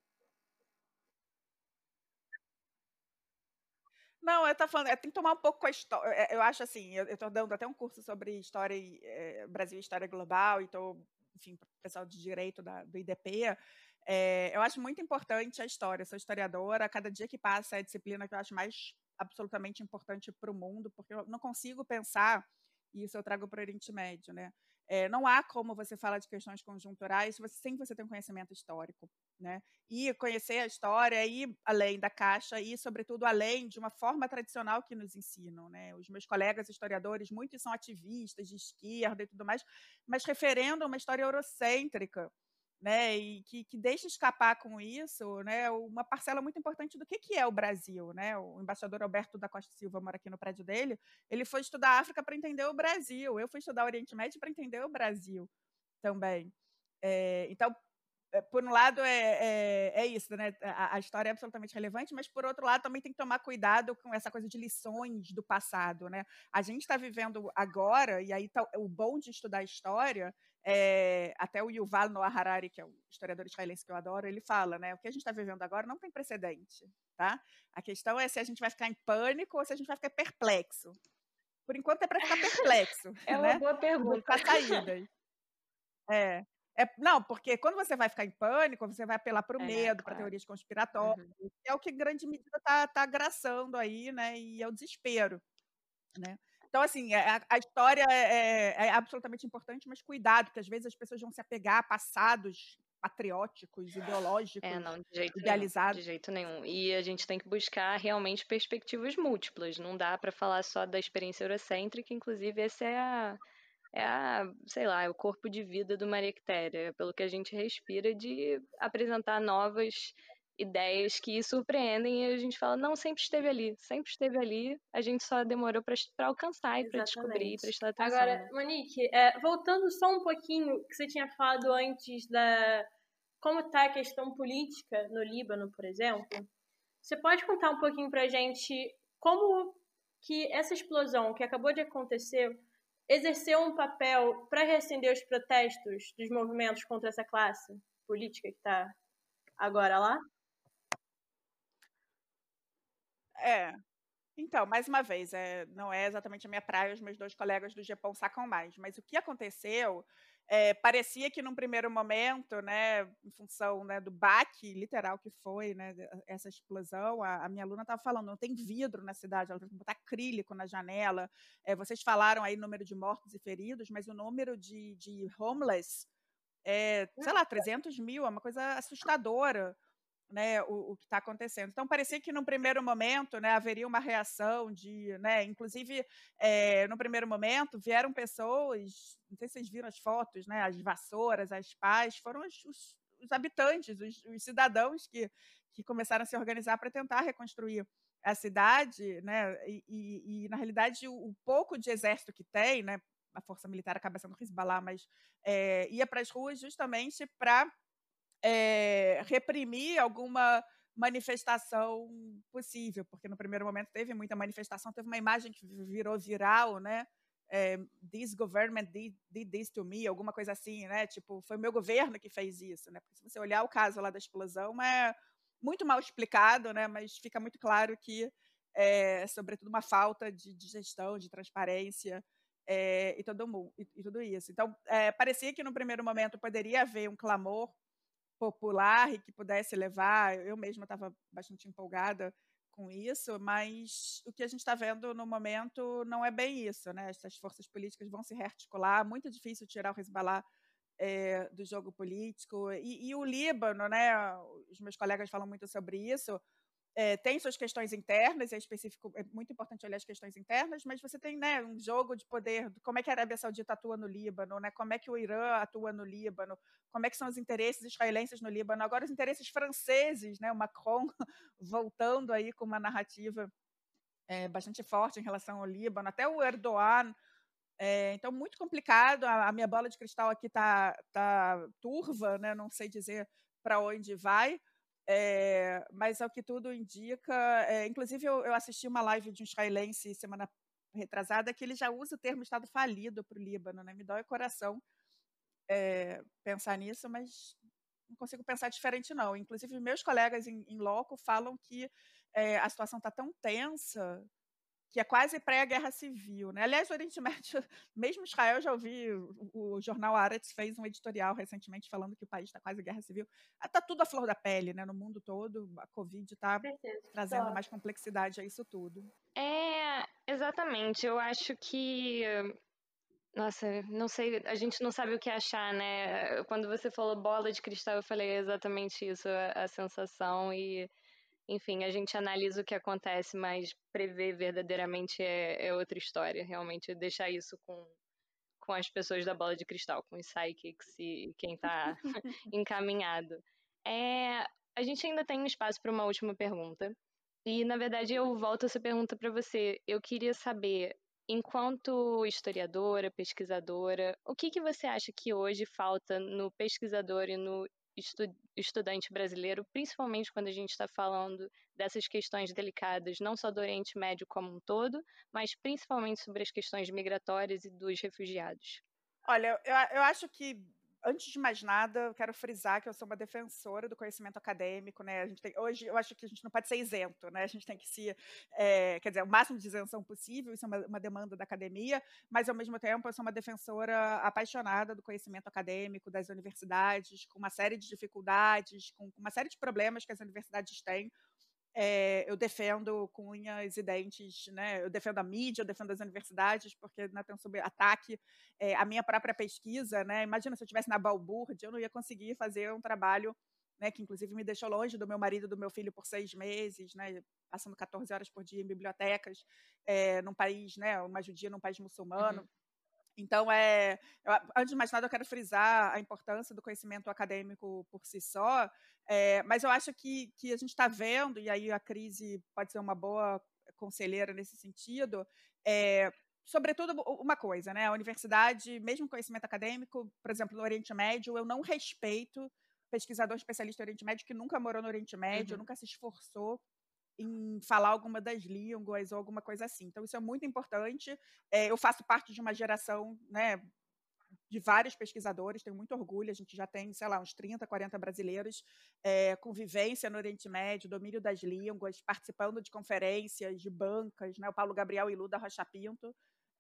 Speaker 3: Não, eu tô falando, é, tem que tomar um pouco com a história. Eu acho assim, eu estou dando até um curso sobre história e, é, Brasil e história global, então, enfim, para o pessoal de direito da, do I D P, é, eu acho muito importante a história. Eu sou historiadora, cada dia que passa é a disciplina que eu acho mais absolutamente importante para o mundo, porque eu não consigo pensar, e isso eu trago para o Oriente Médio, né? É, não há como você falar de questões conjunturais sem você ter um conhecimento histórico, né? E conhecer a história, ir além da caixa e, sobretudo, além de uma forma tradicional que nos ensinam, né? Os meus colegas historiadores, muitos são ativistas de esquerda e tudo mais, mas referendam uma história eurocêntrica, né? E que, que deixa escapar com isso, né, uma parcela muito importante do que, que é o Brasil, né? O embaixador Alberto da Costa Silva mora aqui no prédio dele, ele foi estudar a África para entender o Brasil, eu fui estudar o Oriente Médio para entender o Brasil também. É, então, por um lado, é, é, é isso, né? A, a história é absolutamente relevante, mas, por outro lado, também tem que tomar cuidado com essa coisa de lições do passado, né? A gente está vivendo agora, e aí tá, o bom de estudar história, é, até o Yuval Noah Harari, que é o historiador israelense que eu adoro, ele fala, né? O que a gente está vivendo agora não tem precedente, tá? A questão é se a gente vai ficar em pânico ou se a gente vai ficar perplexo. Por enquanto é para ficar perplexo,
Speaker 4: é
Speaker 3: né?
Speaker 4: uma boa pergunta.
Speaker 3: Buscar saídas. É. É, não, porque quando você vai ficar em pânico, você vai apelar para o
Speaker 4: É,
Speaker 3: medo, para
Speaker 4: claro.
Speaker 3: teorias conspiratórias,
Speaker 4: Uhum.
Speaker 3: que é o que em grande medida está tá agraçando aí, né? E é o desespero, né? Então, assim, a, a história é, é, é absolutamente importante, mas cuidado, porque às vezes as pessoas vão se apegar a passados patrióticos, ideológicos,
Speaker 4: É, não, de jeito
Speaker 3: idealizados.
Speaker 4: nenhum, de jeito nenhum. E a gente tem que buscar realmente perspectivas múltiplas. Não dá para falar só da experiência eurocêntrica, inclusive esse é a é a, sei lá, é o corpo de vida do Maria Quitéria, pelo que a gente respira de apresentar novas ideias que surpreendem e a gente fala, não, sempre esteve ali, sempre esteve ali, a gente só demorou para alcançar e para descobrir e prestar atenção.
Speaker 1: Agora,
Speaker 4: né?
Speaker 1: Monique, é, voltando só um pouquinho, que você tinha falado antes da como está a questão política no Líbano, por exemplo, você pode contar um pouquinho para a gente como que essa explosão que acabou de acontecer exerceu um papel para reacender os protestos dos movimentos contra essa classe política que está agora lá?
Speaker 3: É. Então, mais uma vez, é, não é exatamente a minha praia, os meus dois colegas do Japão sacam mais, mas o que aconteceu, é, parecia que num primeiro momento, né, em função, né, do baque literal que foi, né, essa explosão, a, a minha aluna estava falando, não tem vidro na cidade, ela tem que botar acrílico na janela, é, vocês falaram aí número de mortos e feridos, mas o número de, de homeless é, sei lá, trezentos mil, é uma coisa assustadora, né, o, o que está acontecendo. Então, parecia que, no primeiro momento, né, haveria uma reação de... Né, inclusive, é, no primeiro momento, vieram pessoas, não sei se vocês viram as fotos, né, as vassouras, as pás, foram os, os, os habitantes, os, os cidadãos que, que começaram a se organizar para tentar reconstruir a cidade, né? E, e, e, na realidade, o, o pouco de exército que tem, né? A força militar acaba sendo Hezbollah, mas é, ia para as ruas justamente para é, reprimir alguma manifestação possível, porque no primeiro momento teve muita manifestação, teve uma imagem que virou viral, né? É, this government did, did this to me, alguma coisa assim, né? Tipo, foi o meu governo que fez isso, né? Porque se você olhar o caso lá da explosão, é muito mal explicado, né? Mas fica muito claro que é, sobretudo, uma falta de, de gestão, de transparência é, e, todo, e, e tudo isso. Então, é, parecia que no primeiro momento poderia haver um clamor popular e que pudesse levar, eu mesma estava bastante empolgada com isso, mas o que a gente está vendo no momento não é bem isso, né? Essas forças políticas vão se rearticular, muito difícil tirar o Hezbollah é, do jogo político, e, e o Líbano, né? Os meus colegas falam muito sobre isso. É, tem suas questões internas, é, específico, é muito importante olhar as questões internas, mas você tem, né, um jogo de poder, como é que a Arábia Saudita atua no Líbano, né, como é que o Irã atua no Líbano, como é que são os interesses israelenses no Líbano, agora os interesses franceses, né, o Macron voltando aí com uma narrativa é, bastante forte em relação ao Líbano, até o Erdogan. É, então, muito complicado, a, a minha bola de cristal aqui está tá turva, né, não sei dizer para onde vai. É, mas, ao que tudo indica, é, inclusive eu, eu assisti uma live de um israelense semana retrasada que ele já usa o termo Estado falido para o Líbano, né? Me dói o coração é, pensar nisso, mas não consigo pensar diferente, não. Inclusive, meus colegas em, em loco falam que é, a situação está tão tensa que é quase pré-guerra civil, né? Aliás, o Oriente Médio, mesmo Israel, já ouvi, o, o jornal Haaretz fez um editorial recentemente falando que o país está quase guerra civil. Está tudo à flor da pele, né? No mundo todo, a Covid está trazendo mais complexidade a isso tudo.
Speaker 4: É, exatamente. Eu acho que... Nossa, não sei, a gente não sabe o que achar, né? Quando você falou bola de cristal, eu falei exatamente isso, a, a sensação e... Enfim, a gente analisa o que acontece, mas prever verdadeiramente é, é outra história. Realmente, deixar isso com, com as pessoas da bola de cristal, com os psychics e quem está encaminhado. É, a gente ainda tem um espaço para uma última pergunta. E, na verdade, eu volto essa pergunta para você. Eu queria saber, enquanto historiadora, pesquisadora, o que, que você acha que hoje falta no pesquisador e no estu estudante brasileiro, principalmente quando a gente está falando dessas questões delicadas, não só do Oriente Médio como um todo, mas principalmente sobre as questões migratórias e dos refugiados?
Speaker 3: Olha, eu, eu acho que, antes de mais nada, eu quero frisar que eu sou uma defensora do conhecimento acadêmico, né? A gente tem, hoje eu acho que a gente não pode ser isento, né? A gente tem que se, é, quer dizer, o máximo de isenção possível, isso é uma, uma demanda da academia, mas ao mesmo tempo eu sou uma defensora apaixonada do conhecimento acadêmico, das universidades, com uma série de dificuldades, com, com uma série de problemas que as universidades têm. É, eu defendo com unhas e dentes, né? Eu defendo a mídia, eu defendo as universidades, porque né, tem sob ataque é, a minha própria pesquisa, né? Imagina se eu estivesse na Balbúrdia, eu não ia conseguir fazer um trabalho, né, que inclusive me deixou longe do meu marido e do meu filho por seis meses, né? Passando quatorze horas por dia em bibliotecas, é, num país, né? Uma judia num país muçulmano. Uhum. Então, é, eu, antes de mais nada, eu quero frisar a importância do conhecimento acadêmico por si só, é, mas eu acho que, que a gente está vendo, e aí a crise pode ser uma boa conselheira nesse sentido, é, sobretudo uma coisa, né? A universidade, mesmo conhecimento acadêmico, por exemplo, no Oriente Médio, eu não respeito pesquisador especialista em Oriente Médio que nunca morou no Oriente Médio, uhum. nunca se esforçou em falar alguma das línguas ou alguma coisa assim. Então, isso é muito importante. É, eu faço parte de uma geração, né, de vários pesquisadores, tenho muito orgulho, a gente já tem, sei lá, uns trinta, quarenta brasileiros é, com vivência no Oriente Médio, domínio das línguas, participando de conferências, de bancas, né, o Paulo Gabriel Iluda Rocha Pinto,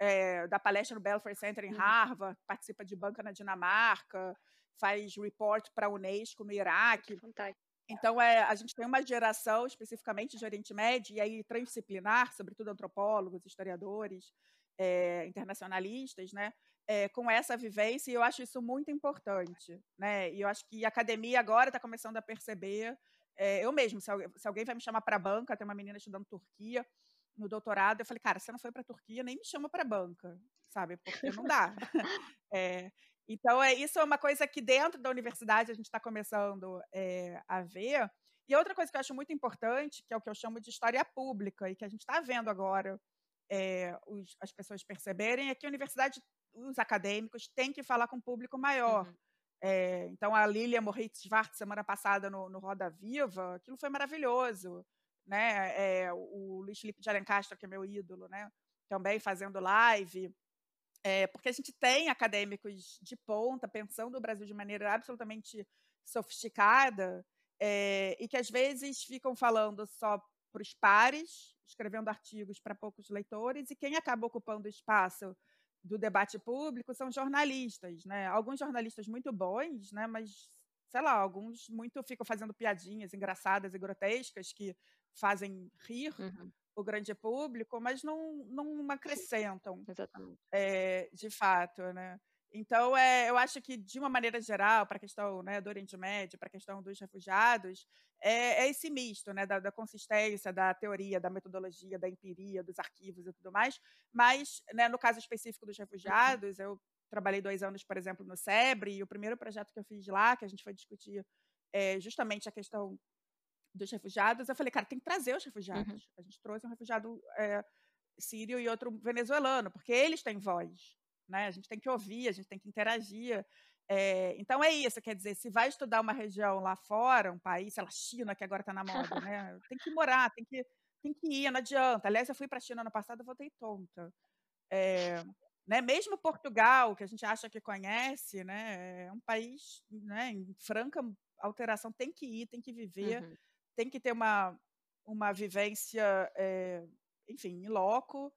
Speaker 3: é, da palestra no Balfour Center em Harvard, participa de banca na Dinamarca, faz report para a Unesco no Iraque.
Speaker 4: Fantástico.
Speaker 3: Então, é, a gente tem uma geração especificamente de Oriente Médio, e aí transdisciplinar, sobretudo antropólogos, historiadores, é, internacionalistas, né, é, com essa vivência, e eu acho isso muito importante. Né, e eu acho que a academia agora está começando a perceber, é, eu mesmo, se alguém, se alguém vai me chamar para a banca, tem uma menina estudando Turquia, no doutorado, eu falei, cara, você não foi para a Turquia, nem me chama para a banca, sabe, porque não dá. é, Então, é, isso é uma coisa que dentro da universidade a gente está começando é, a ver. E outra coisa que eu acho muito importante, que é o que eu chamo de história pública, e que a gente está vendo agora é, os, as pessoas perceberem, é que a universidade, os acadêmicos, têm que falar com um público maior.
Speaker 4: Uhum.
Speaker 3: É, então, a Lilia Moritz-Schwartz, semana passada, no, no Roda Viva, aquilo foi maravilhoso. Né? É, o Luiz Felipe de Alencastro, que é meu ídolo, né? Também fazendo live. É, porque a gente tem acadêmicos de ponta, pensando o Brasil de maneira absolutamente sofisticada, é, e que às vezes ficam falando só para os pares, escrevendo artigos para poucos leitores, e quem acaba ocupando o espaço do debate público são jornalistas, né? Alguns jornalistas muito bons, né? Mas, sei lá, alguns muito ficam fazendo piadinhas engraçadas e grotescas que fazem rir
Speaker 4: Uhum.
Speaker 3: o grande público, mas não, não acrescentam.
Speaker 4: Exatamente.
Speaker 3: É, de fato, né? Então, é, eu acho que, de uma maneira geral, para a questão, né, do Oriente Médio, para a questão dos refugiados, é, é esse misto, né, da, da consistência, da teoria, da metodologia, da empiria, dos arquivos e tudo mais. Mas, né, no caso específico dos refugiados, eu trabalhei dois anos, por exemplo, no SEBRE, e o primeiro projeto que eu fiz lá, que a gente foi discutir é, justamente a questão dos refugiados, eu falei, cara, tem que trazer os refugiados.
Speaker 4: Uhum.
Speaker 3: A gente trouxe um refugiado é, sírio e outro venezuelano, porque eles têm voz, né? A gente tem que ouvir, a gente tem que interagir. É, então é isso, quer dizer, se vai estudar uma região lá fora, um país, sei lá, China, que agora está na moda, né? Tem que morar, tem que, tem que ir, não adianta. Aliás, eu fui para a China ano passado e voltei tonta. É, né? Mesmo Portugal, que a gente acha que conhece, né? É um país, né, em franca alteração, tem que ir, tem que viver,
Speaker 4: Uhum.
Speaker 3: tem que ter uma, uma vivência, é, enfim, em loco,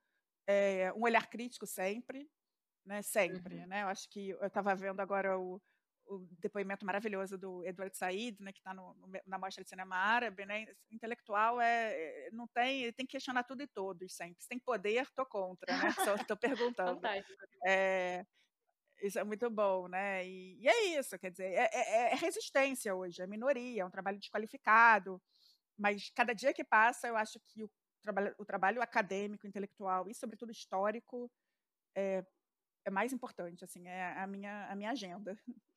Speaker 3: é, um olhar crítico sempre, né? Sempre,
Speaker 4: Uhum.
Speaker 3: né? Eu acho que eu estava vendo agora o, o depoimento maravilhoso do Edward Said, né? Que está na Mostra de Cinema Árabe, né? Intelectual é, não tem, tem que questionar tudo e todos sempre. Se tem poder, tô contra, né? Só estou perguntando.
Speaker 4: Fantástico.
Speaker 3: É, isso é muito bom, né? E, e é isso, quer dizer, é, é, é resistência hoje, é minoria, é um trabalho desqualificado, mas cada dia que passa, eu acho que o trabalho, o trabalho acadêmico, intelectual e, sobretudo, histórico é, é mais importante, assim, é a minha, a minha agenda.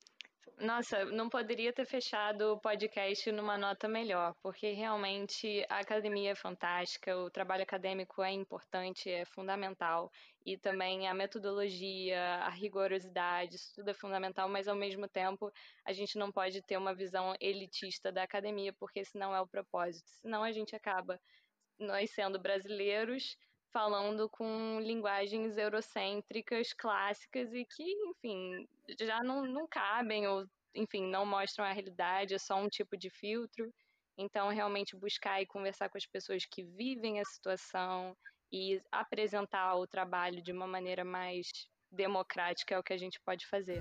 Speaker 4: Nossa, não poderia ter fechado o podcast numa nota melhor, porque realmente a academia é fantástica, o trabalho acadêmico é importante, é fundamental, e também a metodologia, a rigorosidade, isso tudo é fundamental, mas ao mesmo tempo a gente não pode ter uma visão elitista da academia, porque esse não é o propósito, senão a gente acaba, nós sendo brasileiros, falando com linguagens eurocêntricas clássicas e que, enfim, já não, não cabem ou, enfim, não mostram a realidade, é só um tipo de filtro. Então, realmente buscar e conversar com as pessoas que vivem a situação e apresentar o trabalho de uma maneira mais democrática é o que a gente pode fazer.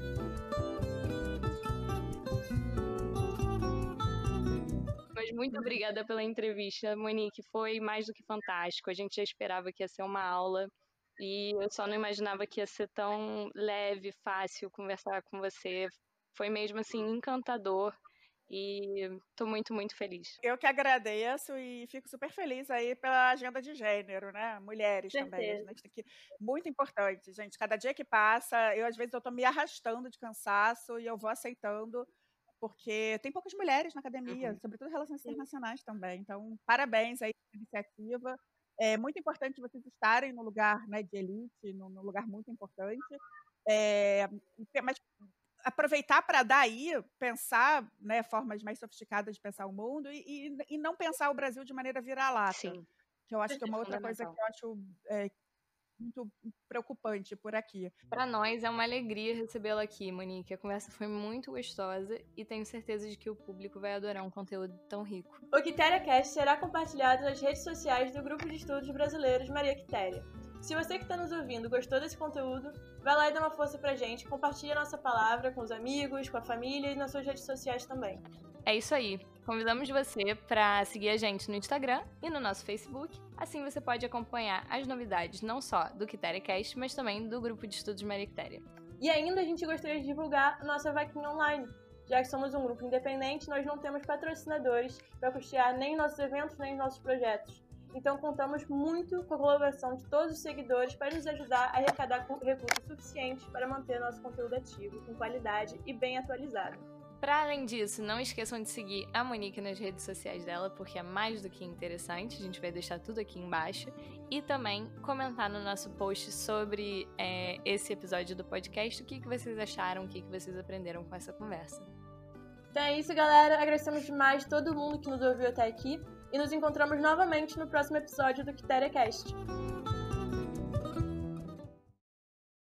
Speaker 4: Mas muito obrigada pela entrevista, Monique. Foi mais do que fantástico. A gente já esperava que ia ser uma aula e eu só não imaginava que ia ser tão leve, fácil conversar com você. Foi mesmo assim encantador e estou muito, muito feliz.
Speaker 3: Eu que agradeço e fico super feliz aí pela agenda de gênero, né? Mulheres também, a gente tem que... muito importante, gente. Cada dia que passa, eu às vezes eu tô me arrastando de cansaço e eu vou aceitando, porque tem poucas mulheres na academia,
Speaker 4: Uhum.
Speaker 3: sobretudo relações internacionais também. Então, parabéns aí pela iniciativa. É muito importante vocês estarem no lugar, né, de elite, num lugar muito importante. É, mas aproveitar para daí pensar, né, formas mais sofisticadas de pensar o mundo e, e, e não pensar o Brasil de maneira vira-lata,
Speaker 4: Sim.
Speaker 3: que eu acho que é uma
Speaker 4: É
Speaker 3: outra coisa
Speaker 4: fundamental.
Speaker 3: que eu acho é, muito preocupante por aqui.
Speaker 2: Para nós é uma alegria recebê-la aqui, Monique. A conversa foi muito gostosa e tenho certeza de que o público vai adorar um conteúdo tão rico.
Speaker 1: O QuiteriaCast será compartilhado nas redes sociais do Grupo de Estudos Brasileiros Maria Quitéria. Se você que está nos ouvindo gostou desse conteúdo, vai lá e dá uma força pra gente, compartilha a nossa palavra com os amigos, com a família e nas suas redes sociais também.
Speaker 2: É isso aí. Convidamos você para seguir a gente no Instagram e no nosso Facebook. Assim você pode acompanhar as novidades não só do QuiteriaCast, mas também do Grupo de Estudos Maria Quitéria.
Speaker 1: E ainda a gente gostaria de divulgar a nossa vaquinha online. Já que somos um grupo independente, nós não temos patrocinadores para custear nem nossos eventos, nem nossos projetos. então contamos muito com a colaboração de todos os seguidores para nos ajudar a arrecadar recursos suficientes para manter nosso conteúdo ativo, com qualidade e bem atualizado.
Speaker 2: Para além disso, não esqueçam de seguir a Monique nas redes sociais dela, porque é mais do que interessante, a gente vai deixar tudo aqui embaixo, e também comentar no nosso post sobre é, esse episódio do podcast, o que, que vocês acharam, o que, que vocês aprenderam com essa conversa.
Speaker 1: Então é isso, galera. Agradecemos demais todo mundo que nos ouviu até aqui e nos encontramos novamente no próximo episódio do QuiteriaCast.